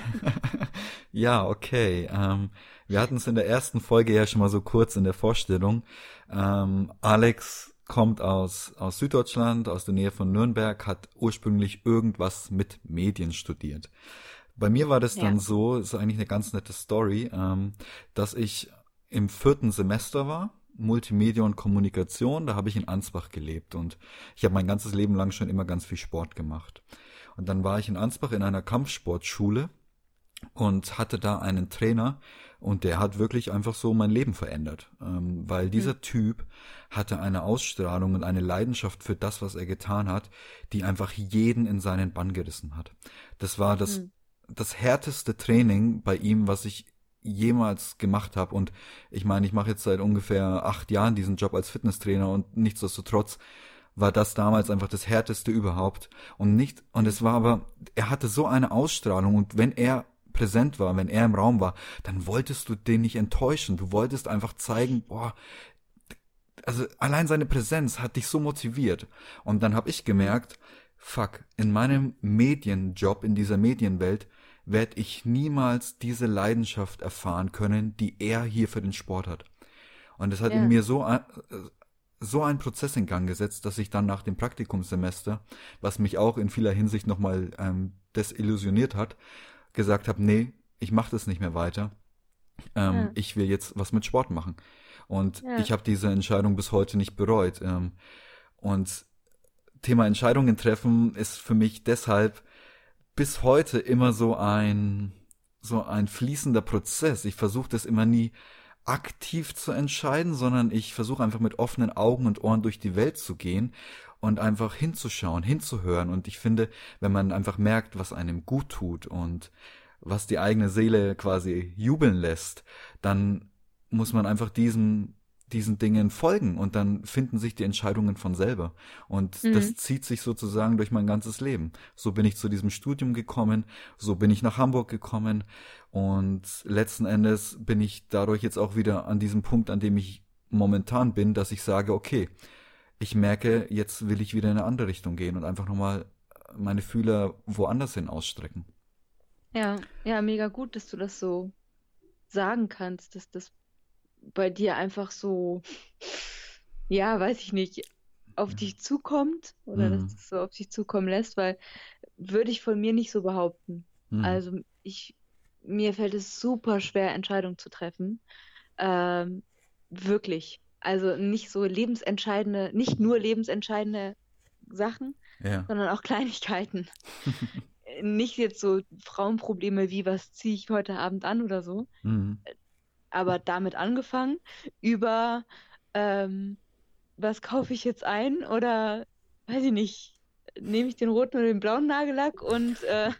Ja, okay. Ähm, wir hatten es in der ersten Folge ja schon mal so kurz in der Vorstellung. Ähm, Alex kommt aus, aus Süddeutschland, aus der Nähe von Nürnberg, hat ursprünglich irgendwas mit Medien studiert. Bei mir war das Ja. dann so, ist eigentlich eine ganz nette Story, ähm, dass ich im vierten Semester war, Multimedia und Kommunikation, da habe ich in Ansbach gelebt und ich habe mein ganzes Leben lang schon immer ganz viel Sport gemacht. Und dann war ich in Ansbach in einer Kampfsportschule und hatte da einen Trainer und der hat wirklich einfach so mein Leben verändert, ähm, weil Hm. dieser Typ hatte eine Ausstrahlung und eine Leidenschaft für das, was er getan hat, die einfach jeden in seinen Bann gerissen hat. Das war das, Hm. das härteste Training bei ihm, was ich jemals gemacht habe. Und ich meine, ich mache jetzt seit ungefähr acht Jahren diesen Job als Fitnesstrainer und nichtsdestotrotz war das damals einfach das härteste überhaupt. Und nicht, und Hm. es war aber, er hatte so eine Ausstrahlung und wenn er präsent war, wenn er im Raum war, dann wolltest du den nicht enttäuschen. Du wolltest einfach zeigen, boah, also allein seine Präsenz hat dich so motiviert. Und dann habe ich Hm. gemerkt, fuck, in meinem Medienjob, in dieser Medienwelt, werde ich niemals diese Leidenschaft erfahren können, die er hier für den Sport hat. Und es hat in Ja. mir so ein, so einen Prozess in Gang gesetzt, dass ich dann nach dem Praktikumssemester, was mich auch in vieler Hinsicht nochmal ähm, desillusioniert hat, gesagt habe, nee, ich mache das nicht mehr weiter. Ähm, Ja. ich will jetzt was mit Sport machen. Und Ja. ich habe diese Entscheidung bis heute nicht bereut. Ähm, und Thema Entscheidungen treffen ist für mich deshalb bis heute immer so ein so ein fließender Prozess. Ich versuche das immer nie aktiv zu entscheiden, sondern ich versuche einfach mit offenen Augen und Ohren durch die Welt zu gehen und einfach hinzuschauen, hinzuhören. Und ich finde, wenn man einfach merkt, was einem gut tut und was die eigene Seele quasi jubeln lässt, dann muss man einfach diesen diesen Dingen folgen und dann finden sich die Entscheidungen von selber. Und Hm. das zieht sich sozusagen durch mein ganzes Leben. So bin ich zu diesem Studium gekommen, so bin ich nach Hamburg gekommen und letzten Endes bin ich dadurch jetzt auch wieder an diesem Punkt, an dem ich momentan bin, dass ich sage, okay, ich merke, jetzt will ich wieder in eine andere Richtung gehen und einfach nochmal meine Fühler woanders hin ausstrecken. Ja. Ja, mega gut, dass du das so sagen kannst, dass das bei dir einfach so, ja, weiß ich nicht, auf Ja. dich zukommt oder dass Mhm. das so auf dich zukommen lässt, weil würde ich von mir nicht so behaupten. Mhm. Also ich, mir fällt es super schwer, Entscheidungen zu treffen. Ähm, wirklich. Also nicht so lebensentscheidende, nicht nur lebensentscheidende Sachen, Ja. sondern auch Kleinigkeiten. Äh, Nicht jetzt so Frauenprobleme wie, was ziehe ich heute Abend an oder so, Mhm. aber damit angefangen über, ähm, was kaufe ich jetzt ein oder weiß ich nicht, nehme ich den roten oder den blauen Nagellack und äh,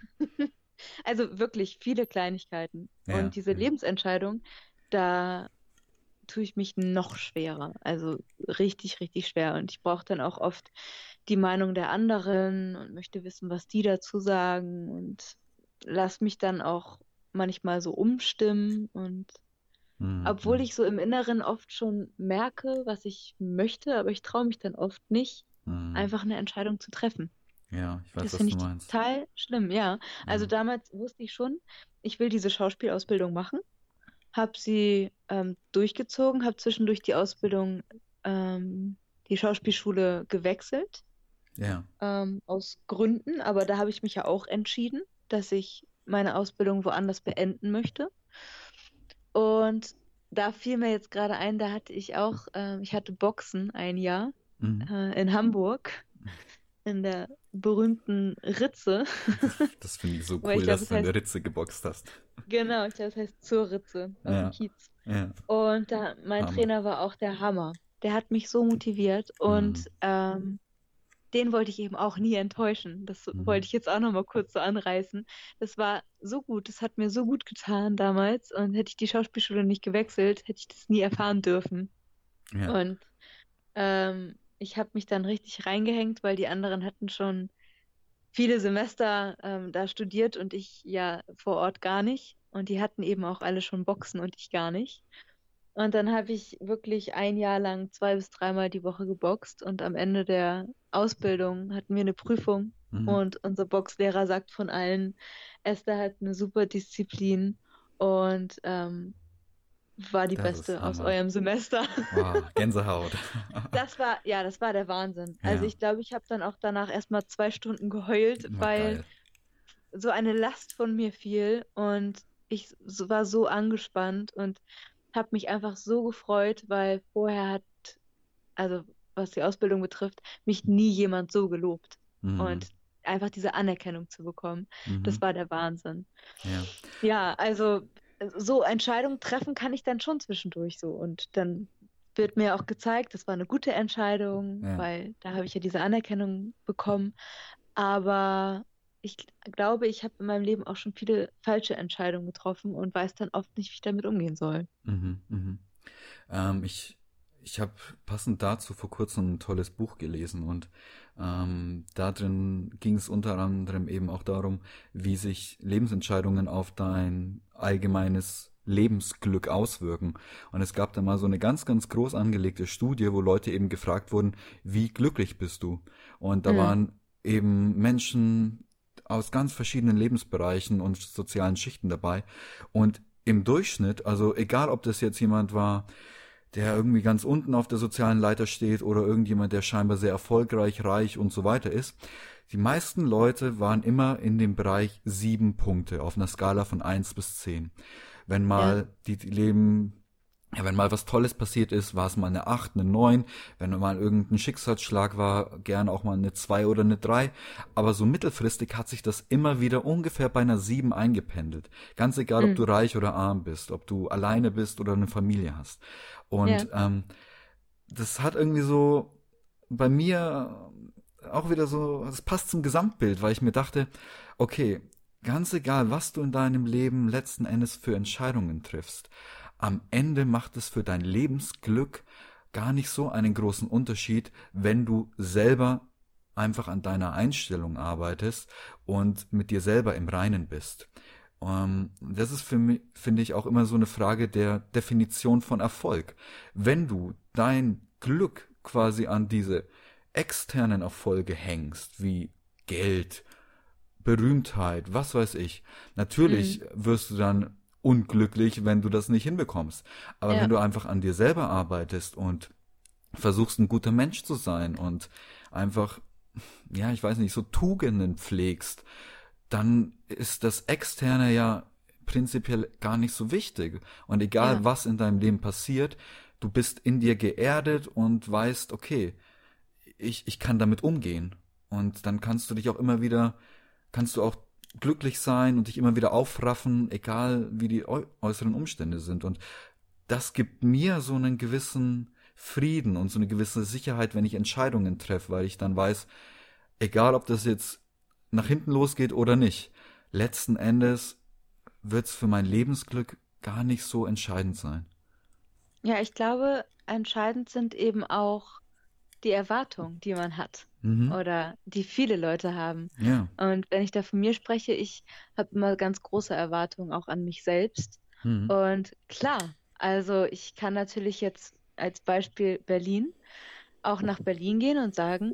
also wirklich viele Kleinigkeiten. Und Ja. diese Ja. Lebensentscheidung, da tue ich mich noch schwerer. Also richtig, richtig schwer. Und ich brauche dann auch oft die Meinung der anderen und möchte wissen, was die dazu sagen und lass mich dann auch manchmal so umstimmen. Und Mhm. obwohl Mhm. ich so im Inneren oft schon merke, was ich möchte, aber ich traue mich dann oft nicht, Mhm. einfach eine Entscheidung zu treffen. Ja, ich weiß, Das was finde du ich meinst. total schlimm, ja. Also Ja. damals wusste ich schon, ich will diese Schauspielausbildung machen, habe sie ähm, durchgezogen, habe zwischendurch die Ausbildung, ähm, die Schauspielschule gewechselt, Ja. ähm, aus Gründen, aber da habe ich mich ja auch entschieden, dass ich meine Ausbildung woanders beenden möchte. Und da fiel mir jetzt gerade ein, da hatte ich auch, ähm, ich hatte Boxen ein Jahr Mhm. äh, in Hamburg, in der berühmten Ritze, Das finde ich so weil ich cool, glaube, dass es du in der heißt, Ritze geboxt hast. genau, ich glaube, es heißt zur Ritze auf dem Ja, Kiez. ja, Und da, mein Hammer. Trainer war auch der Hammer. Der hat mich so motiviert Mhm. und ähm, den wollte ich eben auch nie enttäuschen. Das Mhm. wollte ich jetzt auch noch mal kurz so anreißen. Das war so gut, das hat mir so gut getan damals und hätte ich die Schauspielschule nicht gewechselt, hätte ich das nie erfahren dürfen. Ja, Und ähm, ich habe mich dann richtig reingehängt, weil die anderen hatten schon viele Semester ähm, da studiert und ich ja vor Ort gar nicht. Und die hatten eben auch alle schon Boxen und ich gar nicht. Und dann habe ich wirklich ein Jahr lang zwei bis dreimal die Woche geboxt und am Ende der Ausbildung hatten wir eine Prüfung mhm. und unser Boxlehrer sagt von allen, Esther hat eine super Disziplin und ähm, war die Das ist Beste aus Hammer. eurem Semester. Wow, Gänsehaut. Das war, ja, das war der Wahnsinn. Also Ja, ich glaube, ich habe dann auch danach erstmal zwei Stunden geheult, war weil geil. so eine Last von mir fiel und ich so- war so angespannt und habe mich einfach so gefreut, weil vorher hat, also was die Ausbildung betrifft, mich nie jemand so gelobt. Mhm. Und einfach diese Anerkennung zu bekommen, das Mhm. war der Wahnsinn. Ja, Ja, also so Entscheidungen treffen kann ich dann schon zwischendurch so. Und dann wird mir auch gezeigt, das war eine gute Entscheidung, ja. weil da habe ich ja diese Anerkennung bekommen. Aber ich glaube, ich habe in meinem Leben auch schon viele falsche Entscheidungen getroffen und weiß dann oft nicht, wie ich damit umgehen soll. Mhm. Mhm. Ähm, ich ich habe passend dazu vor kurzem ein tolles Buch gelesen und ähm, da drin ging es unter anderem eben auch darum, wie sich Lebensentscheidungen auf dein allgemeines Lebensglück auswirken. Und es gab da mal so eine ganz, ganz groß angelegte Studie, wo Leute eben gefragt wurden, wie glücklich bist du? Und da Mm, waren eben Menschen aus ganz verschiedenen Lebensbereichen und sozialen Schichten dabei. Und im Durchschnitt, also egal ob das jetzt jemand war, der irgendwie ganz unten auf der sozialen Leiter steht oder irgendjemand, der scheinbar sehr erfolgreich, reich und so weiter ist. Die meisten Leute waren immer in dem Bereich sieben Punkte auf einer Skala von eins bis zehn. Wenn ja, mal die, die Leben, ja, wenn mal was Tolles passiert ist, war es mal eine acht, eine neun. Wenn mal irgendein Schicksalsschlag war, gern auch mal eine zwei oder eine drei. Aber so mittelfristig hat sich das immer wieder ungefähr bei einer sieben eingependelt. Ganz egal, ob du mm, reich oder arm bist, ob du alleine bist oder eine Familie hast. ja, Und ähm, das hat irgendwie so bei mir auch wieder so, es passt zum Gesamtbild, weil ich mir dachte, okay, ganz egal, was du in deinem Leben letzten Endes für Entscheidungen triffst, am Ende macht es für dein Lebensglück gar nicht so einen großen Unterschied, wenn du selber einfach an deiner Einstellung arbeitest und mit dir selber im Reinen bist. Ähm, das ist für mich, finde ich, auch immer so eine Frage der Definition von Erfolg. Wenn du dein Glück quasi an diese externen Erfolge hängst, wie Geld, Berühmtheit, was weiß ich, mm, natürlich wirst du dann unglücklich, wenn du das nicht hinbekommst. Aber wenn ja, du einfach an dir selber arbeitest und versuchst ein guter Mensch zu sein und einfach, ja, ich weiß nicht, so Tugenden pflegst, dann ist das Externe ja prinzipiell gar nicht so wichtig. Und ja, egal, was in deinem Leben passiert, du bist in dir geerdet und weißt, okay, ich, ich kann damit umgehen. Und dann kannst du dich auch immer wieder, kannst du auch glücklich sein und dich immer wieder aufraffen, egal wie die äu äußeren Umstände sind. Und das gibt mir so einen gewissen Frieden und so eine gewisse Sicherheit, wenn ich Entscheidungen treffe, weil ich dann weiß, egal ob das jetzt nach hinten losgeht oder nicht, letzten Endes wird es für mein Lebensglück gar nicht so entscheidend sein. ja, ich glaube, entscheidend sind eben auch die Erwartungen, die man hat Mhm. oder die viele Leute haben. Ja. Und wenn ich da von mir spreche, ich habe immer ganz große Erwartungen auch an mich selbst. Mhm. Und klar, also ich kann natürlich jetzt als Beispiel Berlin auch nach Berlin gehen und sagen,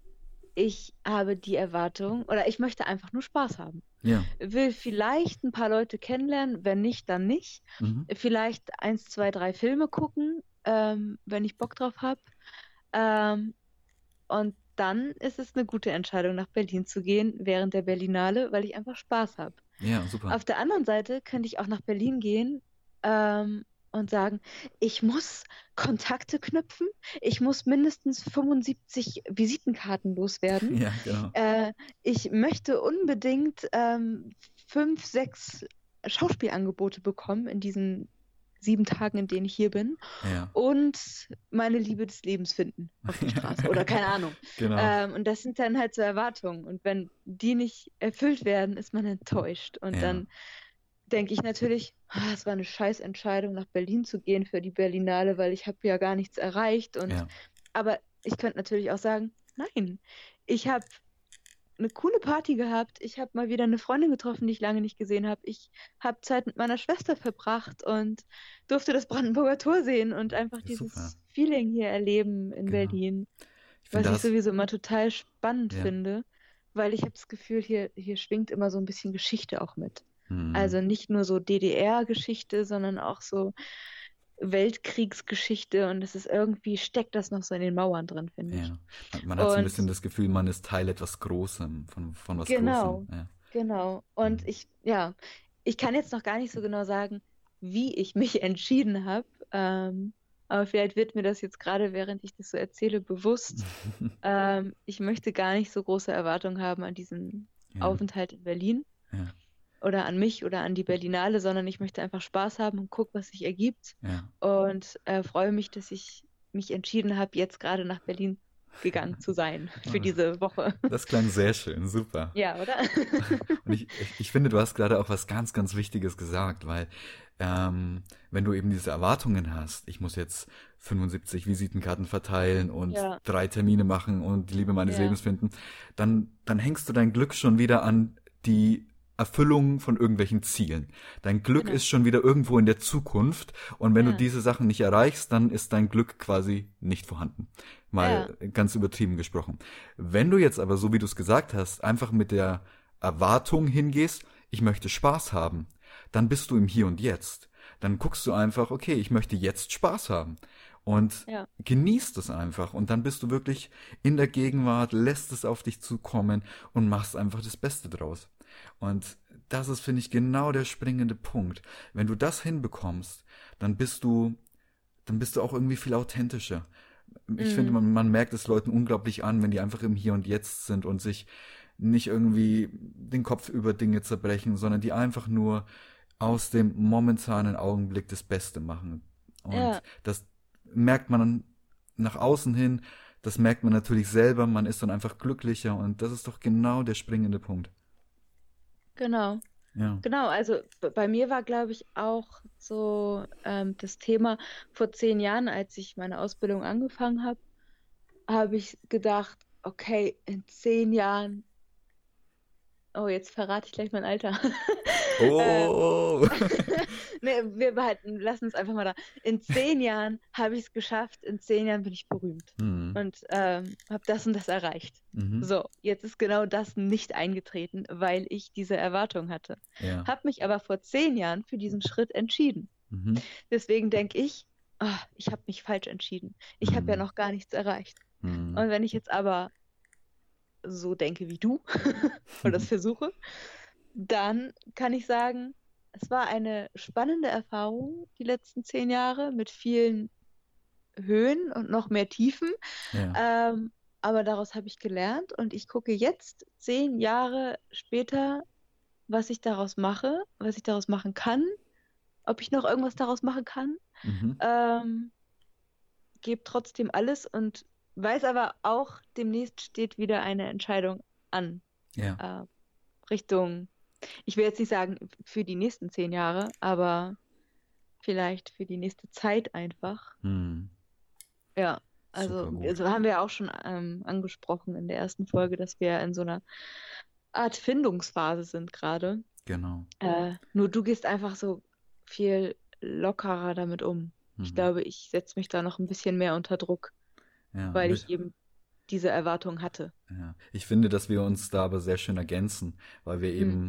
ich habe die Erwartung oder ich möchte einfach nur Spaß haben. Ja. Will vielleicht ein paar Leute kennenlernen, wenn nicht, dann nicht. Mhm. Vielleicht eins, zwei, drei Filme gucken, ähm, wenn ich Bock drauf habe. Ähm, und dann ist es eine gute Entscheidung, nach Berlin zu gehen während der Berlinale, weil ich einfach Spaß habe. Ja, super. Auf der anderen Seite könnte ich auch nach Berlin gehen ähm, und sagen, ich muss Kontakte knüpfen, ich muss mindestens fünfundsiebzig Visitenkarten loswerden. Ja, genau. Äh, ich möchte unbedingt ähm, fünf, sechs Schauspielangebote bekommen in diesen sieben Tagen, in denen ich hier bin. Ja. Und meine Liebe des Lebens finden auf der Straße oder keine Ahnung. Genau. Ähm, und das sind dann halt so Erwartungen. Und wenn die nicht erfüllt werden, ist man enttäuscht. Und Ja. dann denke ich natürlich, ah, es war eine scheiß Entscheidung, nach Berlin zu gehen für die Berlinale, weil ich habe ja gar nichts erreicht. Und Ja. aber ich könnte natürlich auch sagen, nein, ich habe eine coole Party gehabt. Ich habe mal wieder eine Freundin getroffen, die ich lange nicht gesehen habe. Ich habe Zeit mit meiner Schwester verbracht und durfte das Brandenburger Tor sehen und einfach Ja, dieses super. Feeling hier erleben in Genau. Berlin, Ich was finde ich das, sowieso immer total spannend ja. finde, weil ich habe das Gefühl, hier, hier schwingt immer so ein bisschen Geschichte auch mit. Hm. Also nicht nur so D D R-Geschichte, sondern auch so Weltkriegsgeschichte und es ist irgendwie, steckt das noch so in den Mauern drin, finde ich. Ja. Man, man hat so ein Und bisschen das Gefühl, man ist Teil etwas Großem, von, von was genau, Großem. Ja. genau. Und Hm. ich, ja, ich kann jetzt noch gar nicht so genau sagen, wie ich mich entschieden habe. Ähm, aber vielleicht wird mir das jetzt gerade, während ich das so erzähle, bewusst. Ähm, ich möchte gar nicht so große Erwartungen haben an diesen Ja. Aufenthalt in Berlin Ja. oder an mich oder an die Berlinale, sondern ich möchte einfach Spaß haben und gucken, was sich ergibt. Ja. Und äh, freue mich, dass ich mich entschieden habe, jetzt gerade nach Berlin gegangen zu sein für Oh, diese Woche. das klang sehr schön, super. Ja, oder? Und ich, ich, ich finde, du hast gerade auch was ganz, ganz Wichtiges gesagt, weil ähm, wenn du eben diese Erwartungen hast, ich muss jetzt fünfundsiebzig Visitenkarten verteilen und Ja, drei Termine machen und die Liebe meines ja, Lebens finden, dann, dann hängst du dein Glück schon wieder an die Erfüllung von irgendwelchen Zielen. Dein Glück genau. ist schon wieder irgendwo in der Zukunft und wenn du Ja, diese Sachen nicht erreichst, dann ist dein Glück quasi nicht vorhanden. ja, Mal ganz übertrieben gesprochen. Wenn du jetzt aber, so wie du es gesagt hast, einfach mit der Erwartung hingehst, ich möchte Spaß haben, dann bist du im Hier und Jetzt. Dann guckst du einfach, okay, ich möchte jetzt Spaß haben und ja, genießt es einfach und dann bist du wirklich in der Gegenwart, lässt es auf dich zukommen und machst einfach das Beste draus. Und das ist, finde ich, genau der springende Punkt. Wenn du das hinbekommst, dann bist du, dann bist du auch irgendwie viel authentischer. Ich finde, mm, man, man merkt es Leuten unglaublich an, wenn die einfach im Hier und Jetzt sind und sich nicht irgendwie den Kopf über Dinge zerbrechen, sondern die einfach nur aus dem momentanen Augenblick das Beste machen. Und ja, das merkt man nach außen hin, das merkt man natürlich selber, man ist dann einfach glücklicher und das ist doch genau der springende Punkt. genau. Ja. Genau, also b- bei mir war, glaube ich, auch so ähm, das Thema vor zehn Jahren, als ich meine Ausbildung angefangen habe, habe ich gedacht, okay, in zehn Jahren, oh, jetzt verrate ich gleich mein Alter. ähm, Oh! nee, wir behalten, lassen es einfach mal da. In zehn Jahren habe ich es geschafft, in zehn Jahren bin ich berühmt Hm. und ähm, habe das und das erreicht. Mhm. So, jetzt ist genau das nicht eingetreten, weil ich diese Erwartung hatte. Ja. Habe mich aber vor zehn Jahren für diesen Schritt entschieden. Mhm. Deswegen denke ich, ah, ich habe mich falsch entschieden. Ich habe ja Mhm. noch gar nichts erreicht. Mhm. Und wenn ich jetzt aber so denke wie du oder das versuche, dann kann ich sagen, es war eine spannende Erfahrung die letzten zehn Jahre mit vielen Höhen und noch mehr Tiefen. Ja. Ähm, aber daraus habe ich gelernt und ich gucke jetzt zehn Jahre später, was ich daraus mache, was ich daraus machen kann, ob ich noch irgendwas daraus machen kann. Mhm. Ähm, gebe trotzdem alles und weiß aber auch, demnächst steht wieder eine Entscheidung an. Ja. Äh, Richtung, ich will jetzt nicht sagen für die nächsten zehn Jahre, aber vielleicht für die nächste Zeit einfach. Hm. Ja, Super also, gut. also haben wir auch schon ähm, angesprochen in der ersten Folge, dass wir in so einer Art Findungsphase sind gerade. Genau. Äh, nur du gehst einfach so viel lockerer damit um. Ich Mhm. glaube, ich setze mich da noch ein bisschen mehr unter Druck, Ja. weil Und ich eben diese Erwartung hatte. Ja, ich finde, dass wir uns da aber sehr schön ergänzen, weil wir Hm. eben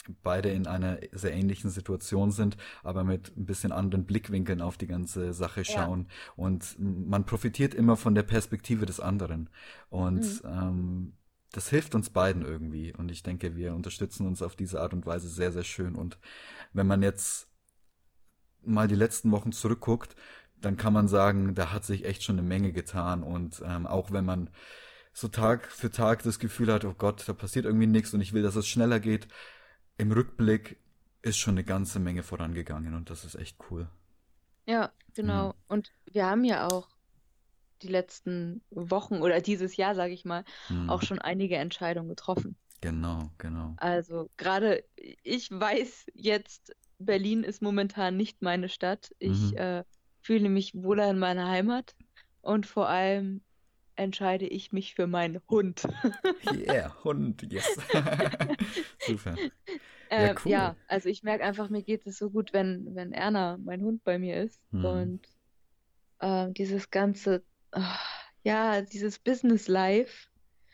beide in einer sehr ähnlichen Situation sind, aber mit ein bisschen anderen Blickwinkeln auf die ganze Sache Ja. schauen. Und man profitiert immer von der Perspektive des anderen. Und Mhm. ähm, das hilft uns beiden irgendwie. Und ich denke, wir unterstützen uns auf diese Art und Weise sehr, sehr schön. Und wenn man jetzt mal die letzten Wochen zurückguckt, dann kann man sagen, da hat sich echt schon eine Menge getan. Und ähm, auch wenn man so Tag für Tag das Gefühl hat, oh Gott, da passiert irgendwie nichts und ich will, dass es schneller geht, im Rückblick ist schon eine ganze Menge vorangegangen und das ist echt cool. Ja, Ja. genau. Und wir haben ja auch die letzten Wochen oder dieses Jahr, sage ich mal, Hm. auch schon einige Entscheidungen getroffen. Genau, genau. Also gerade ich weiß jetzt, Berlin ist momentan nicht meine Stadt. Ich Mhm. äh, fühle mich wohler in meiner Heimat und vor allem entscheide ich mich für meinen Hund. Yeah, Hund, yes. Super. Ja, Ähm, cool. ja, also ich merke einfach, mir geht es so gut, wenn, wenn Erna, mein Hund, bei mir ist. Hm. Und ähm, dieses ganze, ah, ja, dieses Business Life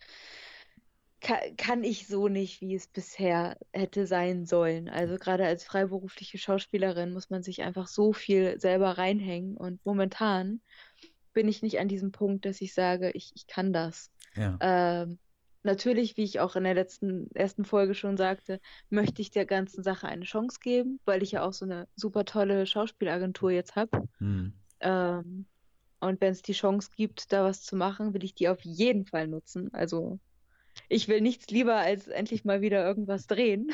kann, kann ich so nicht, wie es bisher hätte sein sollen. Also gerade als freiberufliche Schauspielerin muss man sich einfach so viel selber reinhängen. Und momentan bin ich nicht an diesem Punkt, dass ich sage, ich, ich kann das. Ja. Ähm, natürlich, wie ich auch in der letzten, ersten Folge schon sagte, möchte ich der ganzen Sache eine Chance geben, weil ich ja auch so eine super tolle Schauspielagentur jetzt habe. Hm. Ähm, und wenn es die Chance gibt, da was zu machen, will ich die auf jeden Fall nutzen. Also ich will nichts lieber als endlich mal wieder irgendwas drehen.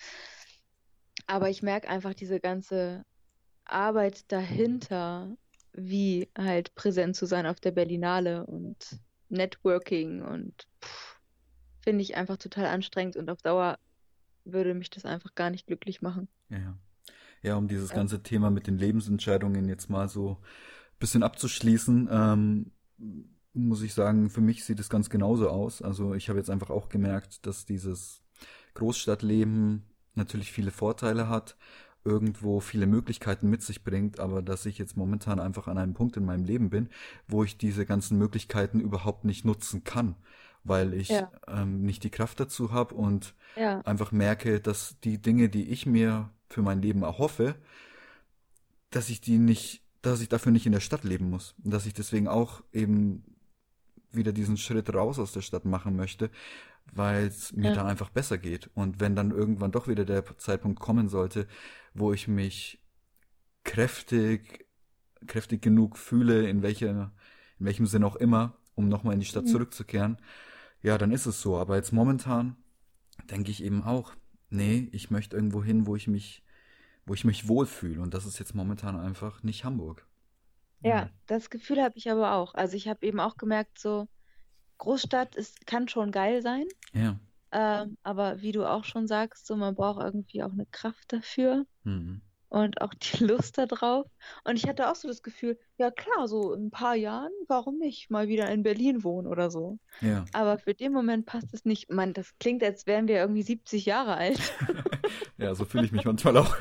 Aber ich merke einfach diese ganze Arbeit dahinter, wie halt präsent zu sein auf der Berlinale und Networking und pff, finde ich einfach total anstrengend und auf Dauer würde mich das einfach gar nicht glücklich machen. Ja, ja. Ja, um dieses Ja. ganze Thema mit den Lebensentscheidungen jetzt mal so ein bisschen abzuschließen, ähm, muss ich sagen, für mich sieht es ganz genauso aus. Also ich habe jetzt einfach auch gemerkt, dass dieses Großstadtleben natürlich viele Vorteile hat, irgendwo viele Möglichkeiten mit sich bringt, aber dass ich jetzt momentan einfach an einem Punkt in meinem Leben bin, wo ich diese ganzen Möglichkeiten überhaupt nicht nutzen kann, weil ich Ja, ähm, nicht die Kraft dazu habe und ja, einfach merke, dass die Dinge, die ich mir für mein Leben erhoffe, dass ich die nicht, dass ich dafür nicht in der Stadt leben muss und dass ich deswegen auch eben wieder diesen Schritt raus aus der Stadt machen möchte, weil es mir ja. da einfach besser geht. Und wenn dann irgendwann doch wieder der Zeitpunkt kommen sollte, wo ich mich kräftig, kräftig genug fühle, in welcher, in welchem Sinn auch immer, um nochmal in die Stadt Mhm. zurückzukehren, ja, dann ist es so. Aber jetzt momentan denke ich eben auch, nee, ich möchte irgendwo hin, wo ich mich, wo ich mich wohlfühle. Und das ist jetzt momentan einfach nicht Hamburg. Ja. Ja, das Gefühl habe ich aber auch. Also ich habe eben auch gemerkt, so Großstadt ist, kann schon geil sein, Ja. ähm, aber wie du auch schon sagst, so man braucht irgendwie auch eine Kraft dafür. Mhm. Und auch die Lust darauf. Und ich hatte auch so das Gefühl, ja klar, so in ein paar Jahren, warum nicht mal wieder in Berlin wohnen oder so. Ja. Aber für den Moment passt es nicht. Man, das klingt, als wären wir irgendwie siebzig Jahre alt. Ja, so fühle ich mich manchmal auch.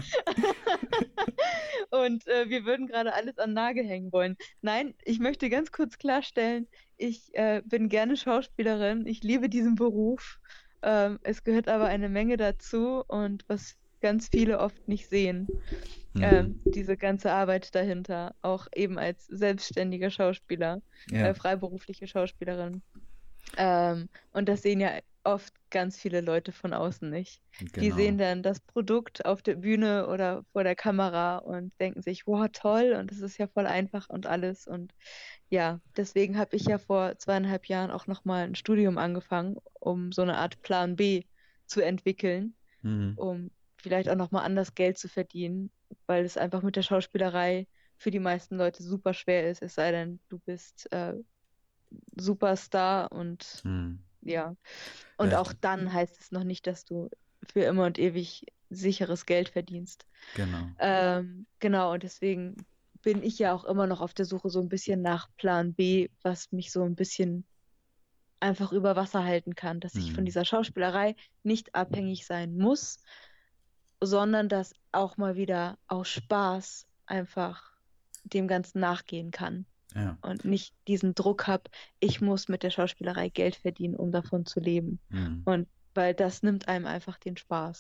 Und äh, wir würden gerade alles an den Nagel hängen wollen. Nein, ich möchte ganz kurz klarstellen, ich äh, bin gerne Schauspielerin. Ich liebe diesen Beruf. Ähm, es gehört aber eine Menge dazu und was ganz viele oft nicht sehen. Mhm. Ähm, diese ganze Arbeit dahinter, auch eben als selbstständiger Schauspieler, äh, Ja, freiberufliche Schauspielerin. Ähm, und das sehen ja oft ganz viele Leute von außen nicht. Die genau. sehen dann das Produkt auf der Bühne oder vor der Kamera und denken sich, wow, toll, und es ist ja voll einfach und alles. Und ja, deswegen habe ich ja vor zweieinhalb Jahren auch nochmal ein Studium angefangen, um so eine Art Plan B zu entwickeln, Mhm. um vielleicht auch nochmal anders Geld zu verdienen, weil es einfach mit der Schauspielerei für die meisten Leute super schwer ist, es sei denn, du bist äh, Superstar und Mhm. ja. Ja, Und ich, auch dann heißt es noch nicht, dass du für immer und ewig sicheres Geld verdienst. genau. Ähm, genau, und deswegen bin ich ja auch immer noch auf der Suche so ein bisschen nach Plan B, was mich so ein bisschen einfach über Wasser halten kann, dass ich von Mhm. dieser Schauspielerei nicht abhängig sein muss, sondern dass auch mal wieder aus Spaß einfach dem Ganzen nachgehen kann Ja. und nicht diesen Druck habe, ich muss mit der Schauspielerei Geld verdienen, um davon zu leben. Mhm. Und weil das nimmt einem einfach den Spaß.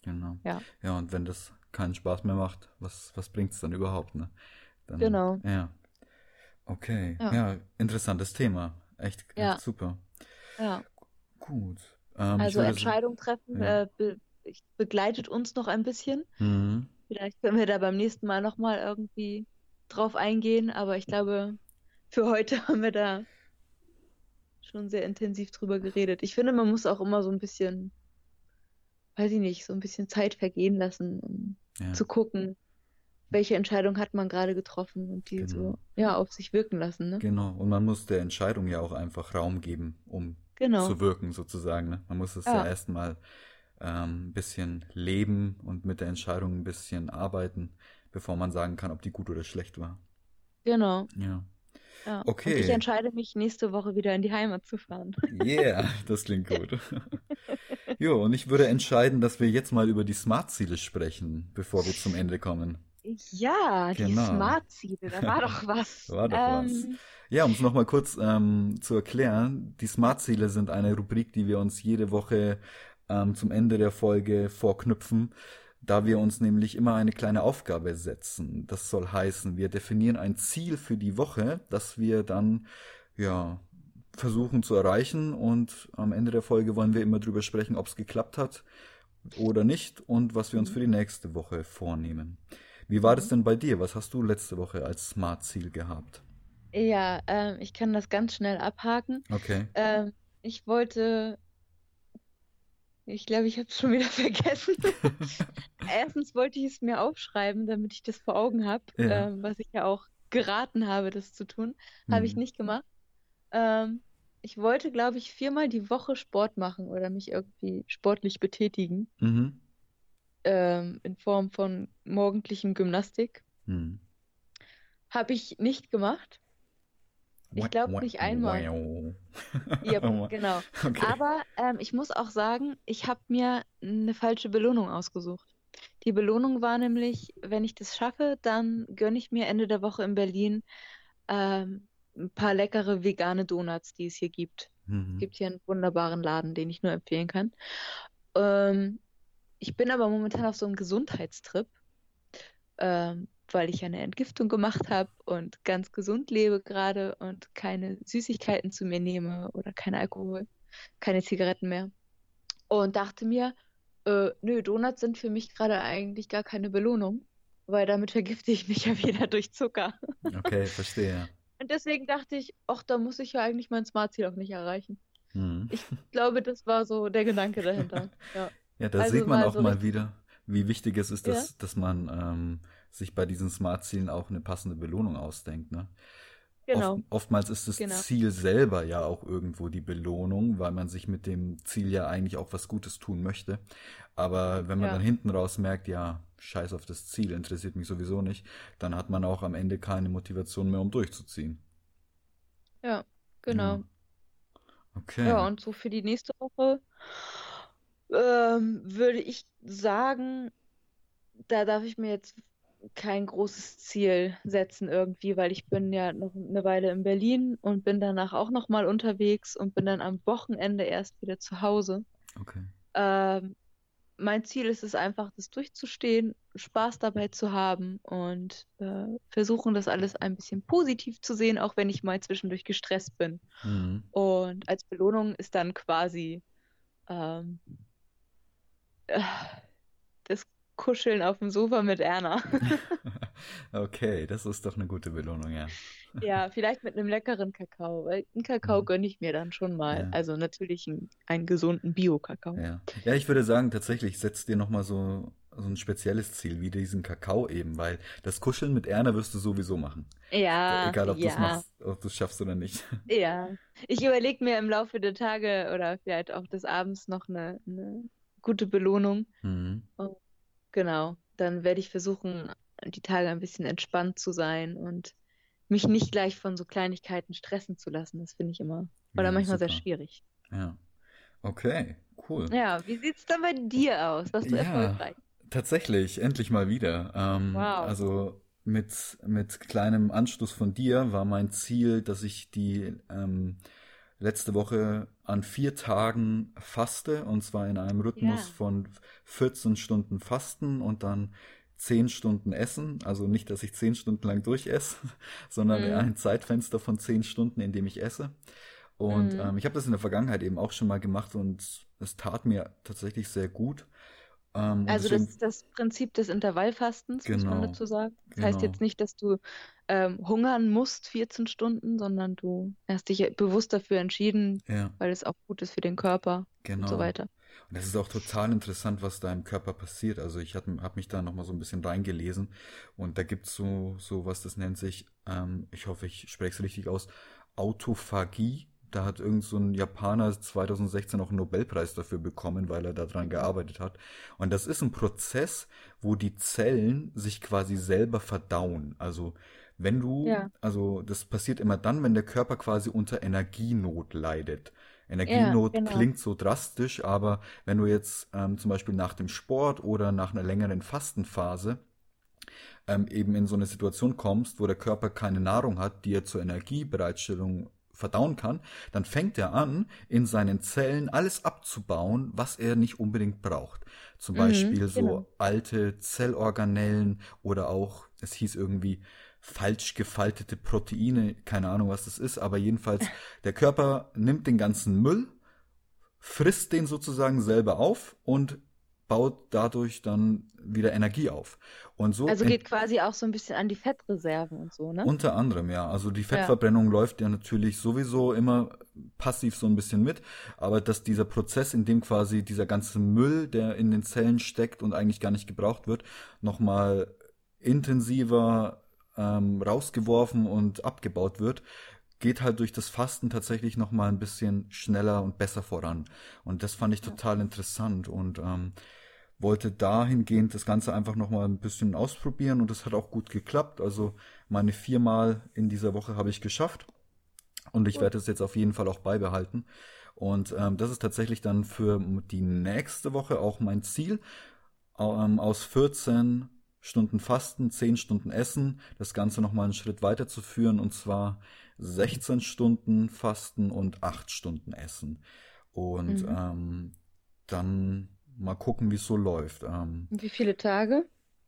Genau. Ja, Ja, und wenn das keinen Spaß mehr macht, was, was bringt's dann überhaupt, ne? Dann, genau. ja. Okay. Ja, Ja, interessantes Thema. Echt, echt ja, super. ja. Gut. Ähm, ich Also würde, s- Entscheidung treffen ja. äh, be ich- begleitet uns noch ein bisschen. Mhm. Vielleicht können wir da beim nächsten Mal nochmal irgendwie drauf eingehen, aber ich glaube, für heute haben wir da schon sehr intensiv drüber geredet. Ich finde, man muss auch immer so ein bisschen, weiß ich nicht, so ein bisschen Zeit vergehen lassen, um Ja, zu gucken, welche Entscheidung hat man gerade getroffen und die genau. so, ja, auf sich wirken lassen, ne? Genau. Und man muss der Entscheidung ja auch einfach Raum geben, um Genau. zu wirken, sozusagen, ne? Man muss es ja Ja, erstmal ähm, ein bisschen leben und mit der Entscheidung ein bisschen arbeiten, bevor man sagen kann, ob die gut oder schlecht war. genau. Ja. Ja. Und ich Okay. entscheide mich, nächste Woche wieder in die Heimat zu fahren. Yeah, das klingt gut. Jo, und ich würde entscheiden, dass wir jetzt mal über die Smart-Ziele sprechen, bevor wir zum Ende kommen. Ja, die Genau. Smart-Ziele, da war doch was. War doch was. Ähm, Ja, um es nochmal kurz ähm, zu erklären, die Smart-Ziele sind eine Rubrik, die wir uns jede Woche ähm, zum Ende der Folge vorknüpfen, da wir uns nämlich immer eine kleine Aufgabe setzen. Das soll heißen, wir definieren ein Ziel für die Woche, das wir dann ja versuchen zu erreichen, und am Ende der Folge wollen wir immer drüber sprechen, ob es geklappt hat oder nicht und was wir uns für die nächste Woche vornehmen. Wie war das mhm. denn bei dir? Was hast du letzte Woche als Smart-Ziel gehabt? Ja, ähm, ich kann das ganz schnell abhaken. Okay. Ähm, ich wollte, ich glaube, ich habe es schon wieder vergessen. Erstens wollte ich es mir aufschreiben, damit ich das vor Augen habe, Ja. ähm, was ich ja auch geraten habe, das zu tun. Habe ich Hm. nicht gemacht. Ähm, ich wollte, glaube ich, viermal die Woche Sport machen oder mich irgendwie sportlich betätigen, Mhm. ähm, in Form von morgendlichen Gymnastik. Hm. Habe ich nicht gemacht. Ich Wah, glaube wah, nicht einmal. wow. Yep, genau. Okay. Aber ähm, ich muss auch sagen, ich habe mir eine falsche Belohnung ausgesucht. Die Belohnung war nämlich, wenn ich das schaffe, dann gönne ich mir Ende der Woche in Berlin ähm, ein paar leckere vegane Donuts, die es hier gibt. Es Mhm. gibt hier einen wunderbaren Laden, den ich nur empfehlen kann. Ähm, Ich bin aber momentan auf so einem Gesundheitstrip, ähm, weil ich eine Entgiftung gemacht habe und ganz gesund lebe gerade und keine Süßigkeiten zu mir nehme oder kein Alkohol, keine Zigaretten mehr. Und dachte mir, äh, nö, Donuts sind für mich gerade eigentlich gar keine Belohnung, weil damit vergifte ich mich ja wieder durch Zucker. Okay, verstehe. Und deswegen dachte ich, ach, da muss ich ja eigentlich mein Smart-Ziel auch nicht erreichen. Hm. Ich glaube, das war so der Gedanke dahinter. Ja. Ja, da sieht Also man mal auch so mal richtig, wieder, wie wichtig es ist, ja, dass, dass man ähm, sich bei diesen Smart-Zielen auch eine passende Belohnung ausdenkt, ne? Oft, genau, oftmals ist das genau. Ziel selber ja auch irgendwo die Belohnung, weil man sich mit dem Ziel ja eigentlich auch was Gutes tun möchte. Aber wenn man dann Ja, hinten raus merkt, ja, scheiß auf das Ziel, interessiert mich sowieso nicht, dann hat man auch am Ende keine Motivation mehr, um durchzuziehen. ja, Ja, genau. Ja, okay. und so für die nächste Woche ähm, würde ich sagen, da darf ich mir jetzt kein großes Ziel setzen irgendwie, weil ich bin ja noch eine Weile in Berlin und bin danach auch noch mal unterwegs und bin dann am Wochenende erst wieder zu Hause. Okay. Ähm, Mein Ziel ist es einfach, das durchzustehen, Spaß dabei zu haben und äh, versuchen, das alles ein bisschen positiv zu sehen, auch wenn ich mal zwischendurch gestresst bin. Mhm. Und als Belohnung ist dann quasi ähm, äh, das Kuscheln auf dem Sofa mit Erna. Okay, das ist doch eine gute Belohnung, ja. Ja, vielleicht mit einem leckeren Kakao, weil einen Kakao Mhm. gönne ich mir dann schon mal. Ja, Also natürlich einen, einen gesunden Bio-Kakao. ja. Ja, ich würde sagen, tatsächlich setzt dir nochmal so, so ein spezielles Ziel, wie diesen Kakao eben, weil das Kuscheln mit Erna wirst du sowieso machen. Ja, Egal, ob du es ja, machst, ob du es schaffst oder nicht. ja. Ich überlege mir im Laufe der Tage oder vielleicht auch des Abends noch eine, eine gute Belohnung. Mhm. Und genau, dann werde ich versuchen, die Tage ein bisschen entspannt zu sein und mich nicht gleich von so Kleinigkeiten stressen zu lassen. Das finde ich immer, oder Ja, manchmal sehr super. schwierig. Ja. Okay, cool. Ja, wie sieht's dann bei dir aus? Warst du Ja, erfolgreich? tatsächlich, endlich mal wieder. Ähm, Wow. also mit, mit kleinem Anstoß von dir war mein Ziel, dass ich die ähm, letzte Woche an vier Tagen faste und zwar in einem Rhythmus Ja. von vierzehn Stunden Fasten und dann zehn Stunden Essen. Also nicht, dass ich zehn Stunden lang durchesse, sondern Mhm. ein Zeitfenster von zehn Stunden, in dem ich esse. Und Mhm. ähm, ich habe das in der Vergangenheit eben auch schon mal gemacht und es tat mir tatsächlich sehr gut. Ähm, und Also das deswegen, ist das Prinzip des Intervallfastens, muss man genau, dazu sagen. Das heißt genau, jetzt nicht, dass du ähm, hungern musst vierzehn Stunden, sondern du hast dich bewusst dafür entschieden, ja. weil es auch gut ist für den Körper und so Genau. weiter. Und das ist auch total interessant, was da im Körper passiert. Also ich habe hab mich da nochmal so ein bisschen reingelesen und da gibt's so, so was, das nennt sich, ähm, ich hoffe, ich spreche es richtig aus, Autophagie. Da hat irgend so ein Japaner zwanzig sechzehn auch einen Nobelpreis dafür bekommen, weil er daran Mhm. gearbeitet hat. Und das ist ein Prozess, wo die Zellen sich quasi selber verdauen. Also wenn du, Ja, also das passiert immer dann, wenn der Körper quasi unter Energienot leidet. ja, Energienot genau. klingt so drastisch, aber wenn du jetzt ähm, zum Beispiel nach dem Sport oder nach einer längeren Fastenphase ähm, eben in so eine Situation kommst, wo der Körper keine Nahrung hat, die er zur Energiebereitstellung verdauen kann, dann fängt er an, in seinen Zellen alles abzubauen, was er nicht unbedingt braucht. Zum Mhm, Beispiel genau. so alte Zellorganellen oder auch, es hieß irgendwie falsch gefaltete Proteine, keine Ahnung, was das ist, aber jedenfalls, der Körper nimmt den ganzen Müll, frisst den sozusagen selber auf und baut dadurch dann wieder Energie auf. Und so Also ent geht quasi auch so ein bisschen an die Fettreserven und so, ne? unter anderem, ja. Also die Ja. Fettverbrennung läuft ja natürlich sowieso immer passiv so ein bisschen mit, aber dass dieser Prozess, in dem quasi dieser ganze Müll, der in den Zellen steckt und eigentlich gar nicht gebraucht wird, nochmal intensiver ähm, rausgeworfen und abgebaut wird, geht halt durch das Fasten tatsächlich nochmal ein bisschen schneller und besser voran. Und das fand ich Ja. total interessant und ähm, wollte dahingehend das Ganze einfach nochmal ein bisschen ausprobieren und das hat auch gut geklappt. Also meine viermal in dieser Woche habe ich geschafft und ich Cool. werde es jetzt auf jeden Fall auch beibehalten. Und ähm, das ist tatsächlich dann für die nächste Woche auch mein Ziel, ähm, aus vierzehn Stunden Fasten, zehn Stunden Essen, das Ganze nochmal einen Schritt weiterzuführen und zwar sechzehn Stunden Fasten und acht Stunden Essen. Und Mhm. ähm, dann mal gucken, wie es so läuft. Ähm, Und wie viele Tage?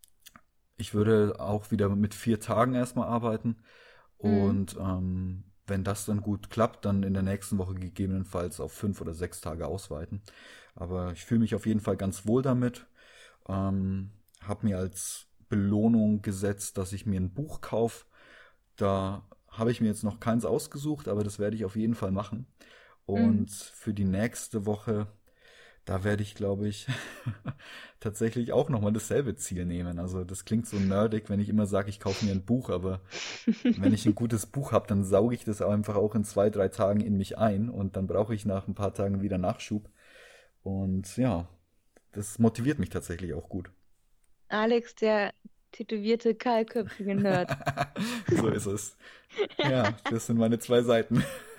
ich würde auch wieder mit vier Tagen erstmal arbeiten Mhm. und ähm, wenn das dann gut klappt, dann in der nächsten Woche gegebenenfalls auf fünf oder sechs Tage ausweiten. Aber ich fühle mich auf jeden Fall ganz wohl damit. Ähm, habe mir als Belohnung gesetzt, dass ich mir ein Buch kaufe. Da habe ich mir jetzt noch keins ausgesucht, aber das werde ich auf jeden Fall machen. Mhm. Und für die nächste Woche, da werde ich, glaube ich, tatsächlich auch nochmal dasselbe Ziel nehmen. Also das klingt so nerdig, wenn ich immer sage, ich kaufe mir ein Buch, aber wenn ich ein gutes Buch habe, dann sauge ich das einfach auch in zwei, drei Tagen in mich ein und dann brauche ich nach ein paar Tagen wieder Nachschub. Und ja, das motiviert mich tatsächlich auch gut. Alex, der tätowierte, kahlköpfige Nerd. So ist es. Ja, das sind meine zwei Seiten.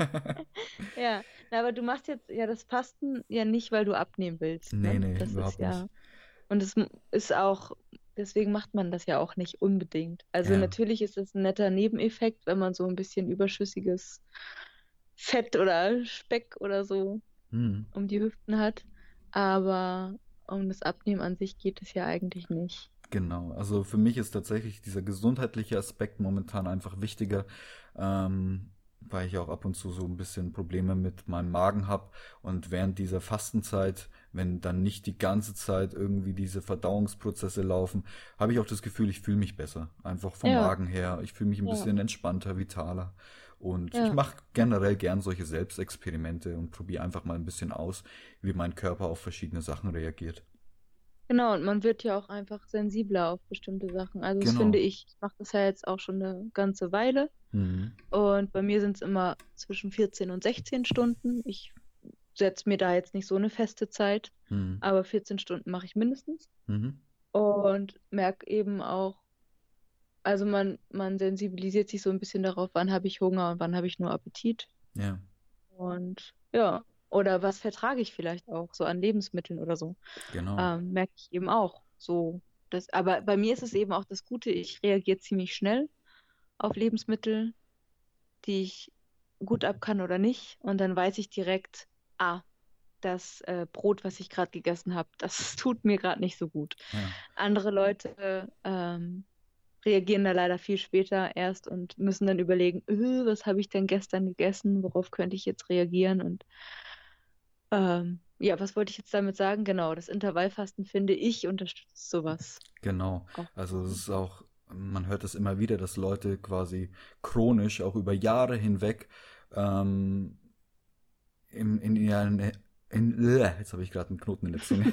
Ja, na, aber du machst jetzt ja das Fasten ja nicht, weil du abnehmen willst, Nee, ne? nee, Das ist überhaupt nicht. ja, und es m- ist auch, deswegen macht man das ja auch nicht unbedingt. Also Ja. natürlich ist es ein netter Nebeneffekt, wenn man so ein bisschen überschüssiges Fett oder Speck oder so Hm. um die Hüften hat, aber um das Abnehmen an sich geht es ja eigentlich nicht. Genau, also für mich ist tatsächlich dieser gesundheitliche Aspekt momentan einfach wichtiger, ähm, weil ich auch ab und zu so ein bisschen Probleme mit meinem Magen habe und während dieser Fastenzeit, wenn dann nicht die ganze Zeit irgendwie diese Verdauungsprozesse laufen, habe ich auch das Gefühl, ich fühle mich besser, einfach vom Ja, Magen her. Ich fühle mich ein ja, bisschen entspannter, vitaler und ich ja. mache generell gern solche Selbstexperimente und probiere einfach mal ein bisschen aus, wie mein Körper auf verschiedene Sachen reagiert. Genau, und man wird ja auch einfach sensibler auf bestimmte Sachen. Also das finde Genau. ich, ich mache das ja jetzt auch schon eine ganze Weile. Mhm. Und bei mir sind es immer zwischen vierzehn und sechzehn Stunden. Ich setze mir da jetzt nicht so eine feste Zeit, Mhm. aber vierzehn Stunden mache ich mindestens. Mhm. Und merke eben auch, also man, man sensibilisiert sich so ein bisschen darauf, wann habe ich Hunger und wann habe ich nur Appetit. Ja, Und ja, oder was vertrage ich vielleicht auch, so an Lebensmitteln oder so. genau. Ähm, merke ich eben auch so. Das, aber bei mir ist es eben auch das Gute, ich reagiere ziemlich schnell auf Lebensmittel, die ich gut ab kann oder nicht. Und dann weiß ich direkt, ah, das äh, Brot, was ich gerade gegessen habe, das tut mir gerade nicht so gut. Ja. Andere Leute ähm, reagieren da leider viel später erst und müssen dann überlegen, äh, was habe ich denn gestern gegessen, worauf könnte ich jetzt reagieren? Und ähm, ja, was wollte ich jetzt damit sagen? Genau, das Intervallfasten, finde ich, unterstützt sowas Genau. auch. Also es ist auch, man hört es immer wieder, dass Leute quasi chronisch, auch über Jahre hinweg, ähm, in, in ihren, in, äh, jetzt habe ich gerade einen Knoten in der Zunge,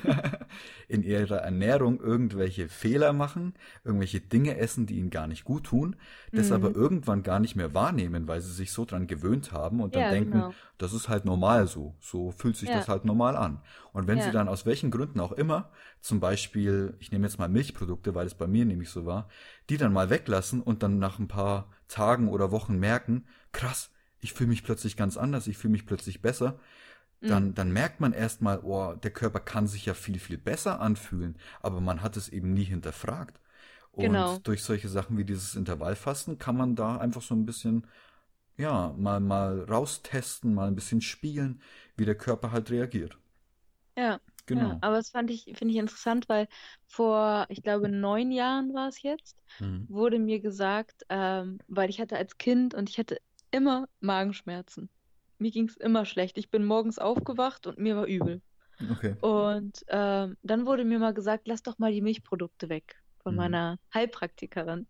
in ihrer Ernährung irgendwelche Fehler machen, irgendwelche Dinge essen, die ihnen gar nicht gut tun, das aber Mhm. irgendwann gar nicht mehr wahrnehmen, weil sie sich so dran gewöhnt haben und dann Ja, denken, genau. das ist halt normal so, so fühlt sich Ja, das halt normal an. Und wenn sie ja, dann aus welchen Gründen auch immer, zum Beispiel, ich nehme jetzt mal Milchprodukte, weil es bei mir nämlich so war, die dann mal weglassen und dann nach ein paar Tagen oder Wochen merken, krass, ich fühle mich plötzlich ganz anders, ich fühle mich plötzlich besser, mhm. dann, dann merkt man erstmal, oh, der Körper kann sich ja viel, viel besser anfühlen, aber man hat es eben nie hinterfragt. Genau. Und durch solche Sachen wie dieses Intervallfasten kann man da einfach so ein bisschen, ja, mal, mal raustesten, mal ein bisschen spielen, wie der Körper halt reagiert. Ja, ja. Genau. Aber das fand ich, finde ich interessant, weil vor, ich glaube, neun Jahren war es jetzt, Mhm. wurde mir gesagt, ähm, weil ich hatte als Kind und ich hatte immer Magenschmerzen. Mir ging es immer schlecht. Ich bin morgens aufgewacht und mir war übel. Okay. Und ähm, dann wurde mir mal gesagt, lass doch mal die Milchprodukte weg von Mhm. meiner Heilpraktikerin.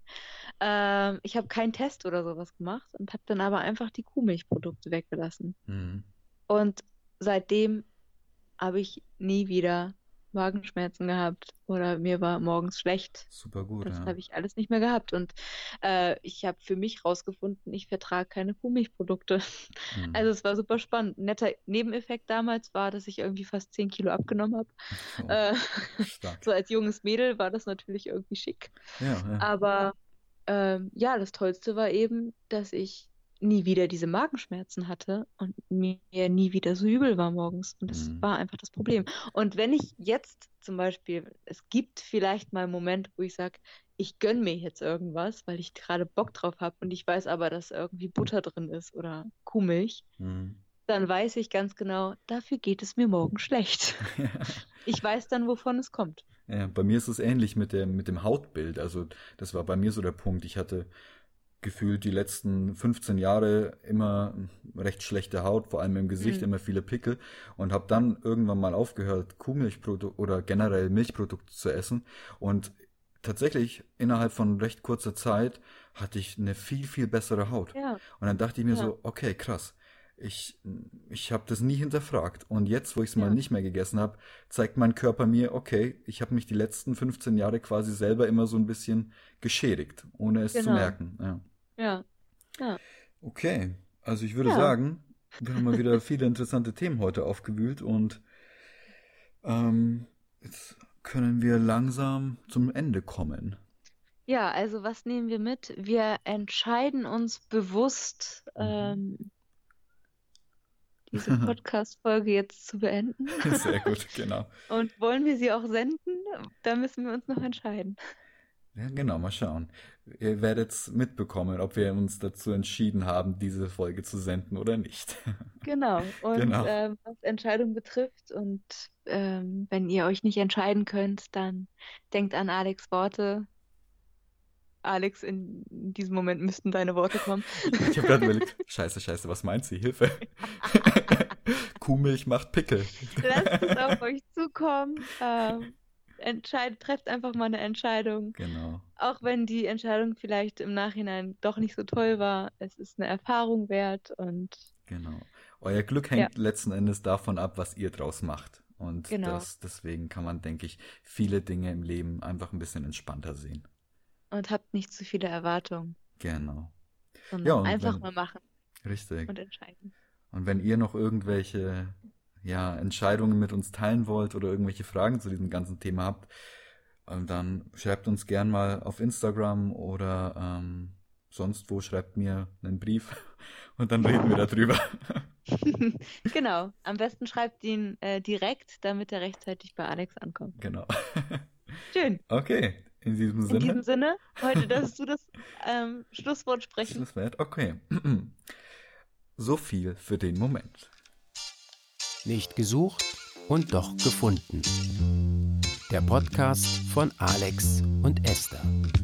Ähm, ich habe keinen Test oder sowas gemacht und habe dann aber einfach die Kuhmilchprodukte weggelassen. Mhm. Und seitdem habe ich nie wieder Magenschmerzen gehabt oder mir war morgens schlecht. Super gut, Das ja. habe ich alles nicht mehr gehabt. Und äh, ich habe für mich rausgefunden, ich vertrage keine Kuhmilchprodukte. Mhm. Also es war super spannend. Ein netter Nebeneffekt damals war, dass ich irgendwie fast zehn Kilo abgenommen habe. Oh, Äh, stark. so als junges Mädel war das natürlich irgendwie schick. Ja, ja. Aber ähm, ja, das Tollste war eben, dass ich nie wieder diese Magenschmerzen hatte und mir nie wieder so übel war morgens. Und das Mhm. war einfach das Problem. Und wenn ich jetzt zum Beispiel, es gibt vielleicht mal einen Moment, wo ich sage, ich gönne mir jetzt irgendwas, weil ich gerade Bock drauf habe und ich weiß aber, dass irgendwie Butter drin ist oder Kuhmilch, Mhm. dann weiß ich ganz genau, dafür geht es mir morgen schlecht. Ich weiß dann, wovon es kommt. Ja, bei mir ist es ähnlich mit dem, mit dem Hautbild. Also das war bei mir so der Punkt. Ich hatte gefühlt die letzten fünfzehn Jahre immer recht schlechte Haut, vor allem im Gesicht, Hm, immer viele Pickel und habe dann irgendwann mal aufgehört, Kuhmilchprodukte oder generell Milchprodukte zu essen und tatsächlich innerhalb von recht kurzer Zeit hatte ich eine viel, viel bessere Haut. ja, Und dann dachte ich mir ja, so, okay, krass. Ich, ich habe das nie hinterfragt. Und jetzt, wo ich es mal ja, nicht mehr gegessen habe, zeigt mein Körper mir, okay, ich habe mich die letzten fünfzehn Jahre quasi selber immer so ein bisschen geschädigt, ohne es zu genau. merken. Ja. Ja, ja, Okay, also ich würde ja. sagen, wir haben mal wieder viele interessante Themen heute aufgewühlt und ähm, jetzt können wir langsam zum Ende kommen. Ja, also was nehmen wir mit? Wir entscheiden uns bewusst, Mhm. ähm, diese Podcast-Folge jetzt zu beenden. Sehr gut, genau. Und wollen wir sie auch senden? Da müssen wir uns noch entscheiden. Ja, genau, mal schauen. Ihr werdet mitbekommen, ob wir uns dazu entschieden haben, diese Folge zu senden oder nicht. Genau. Und Genau. ähm, was Entscheidung betrifft und ähm, wenn ihr euch nicht entscheiden könnt, dann denkt an Alex' Worte. Alex, in diesem Moment müssten deine Worte kommen. Ich habe gerade überlegt, scheiße, scheiße, was meint sie? Hilfe. Kuhmilch macht Pickel. Lasst es auf euch zukommen. Ähm, entscheid, trefft einfach mal eine Entscheidung. Genau, Auch wenn die Entscheidung vielleicht im Nachhinein doch nicht so toll war. Es ist eine Erfahrung wert und genau. Euer Glück ja, hängt letzten Endes davon ab, was ihr draus macht. Und genau. das, deswegen kann man, denke ich, viele Dinge im Leben einfach ein bisschen entspannter sehen. Und habt nicht zu viele Erwartungen, Genau. Ja, sondern und einfach wenn, mal machen richtig. und entscheiden. Und wenn ihr noch irgendwelche, ja, Entscheidungen mit uns teilen wollt oder irgendwelche Fragen zu diesem ganzen Thema habt, ähm, dann schreibt uns gern mal auf Instagram oder ähm, sonst wo, schreibt mir einen Brief und dann reden wir darüber. Genau. Am besten schreibt ihn äh, direkt, damit er rechtzeitig bei Alex ankommt. Genau. Schön. Okay, in diesem In diesem Sinne, Sinne, heute darfst du das ähm, Schlusswort sprechen. Schlusswort. Okay. So viel für den Moment. Nicht gesucht und doch gefunden. Der Podcast von Alex und Esther.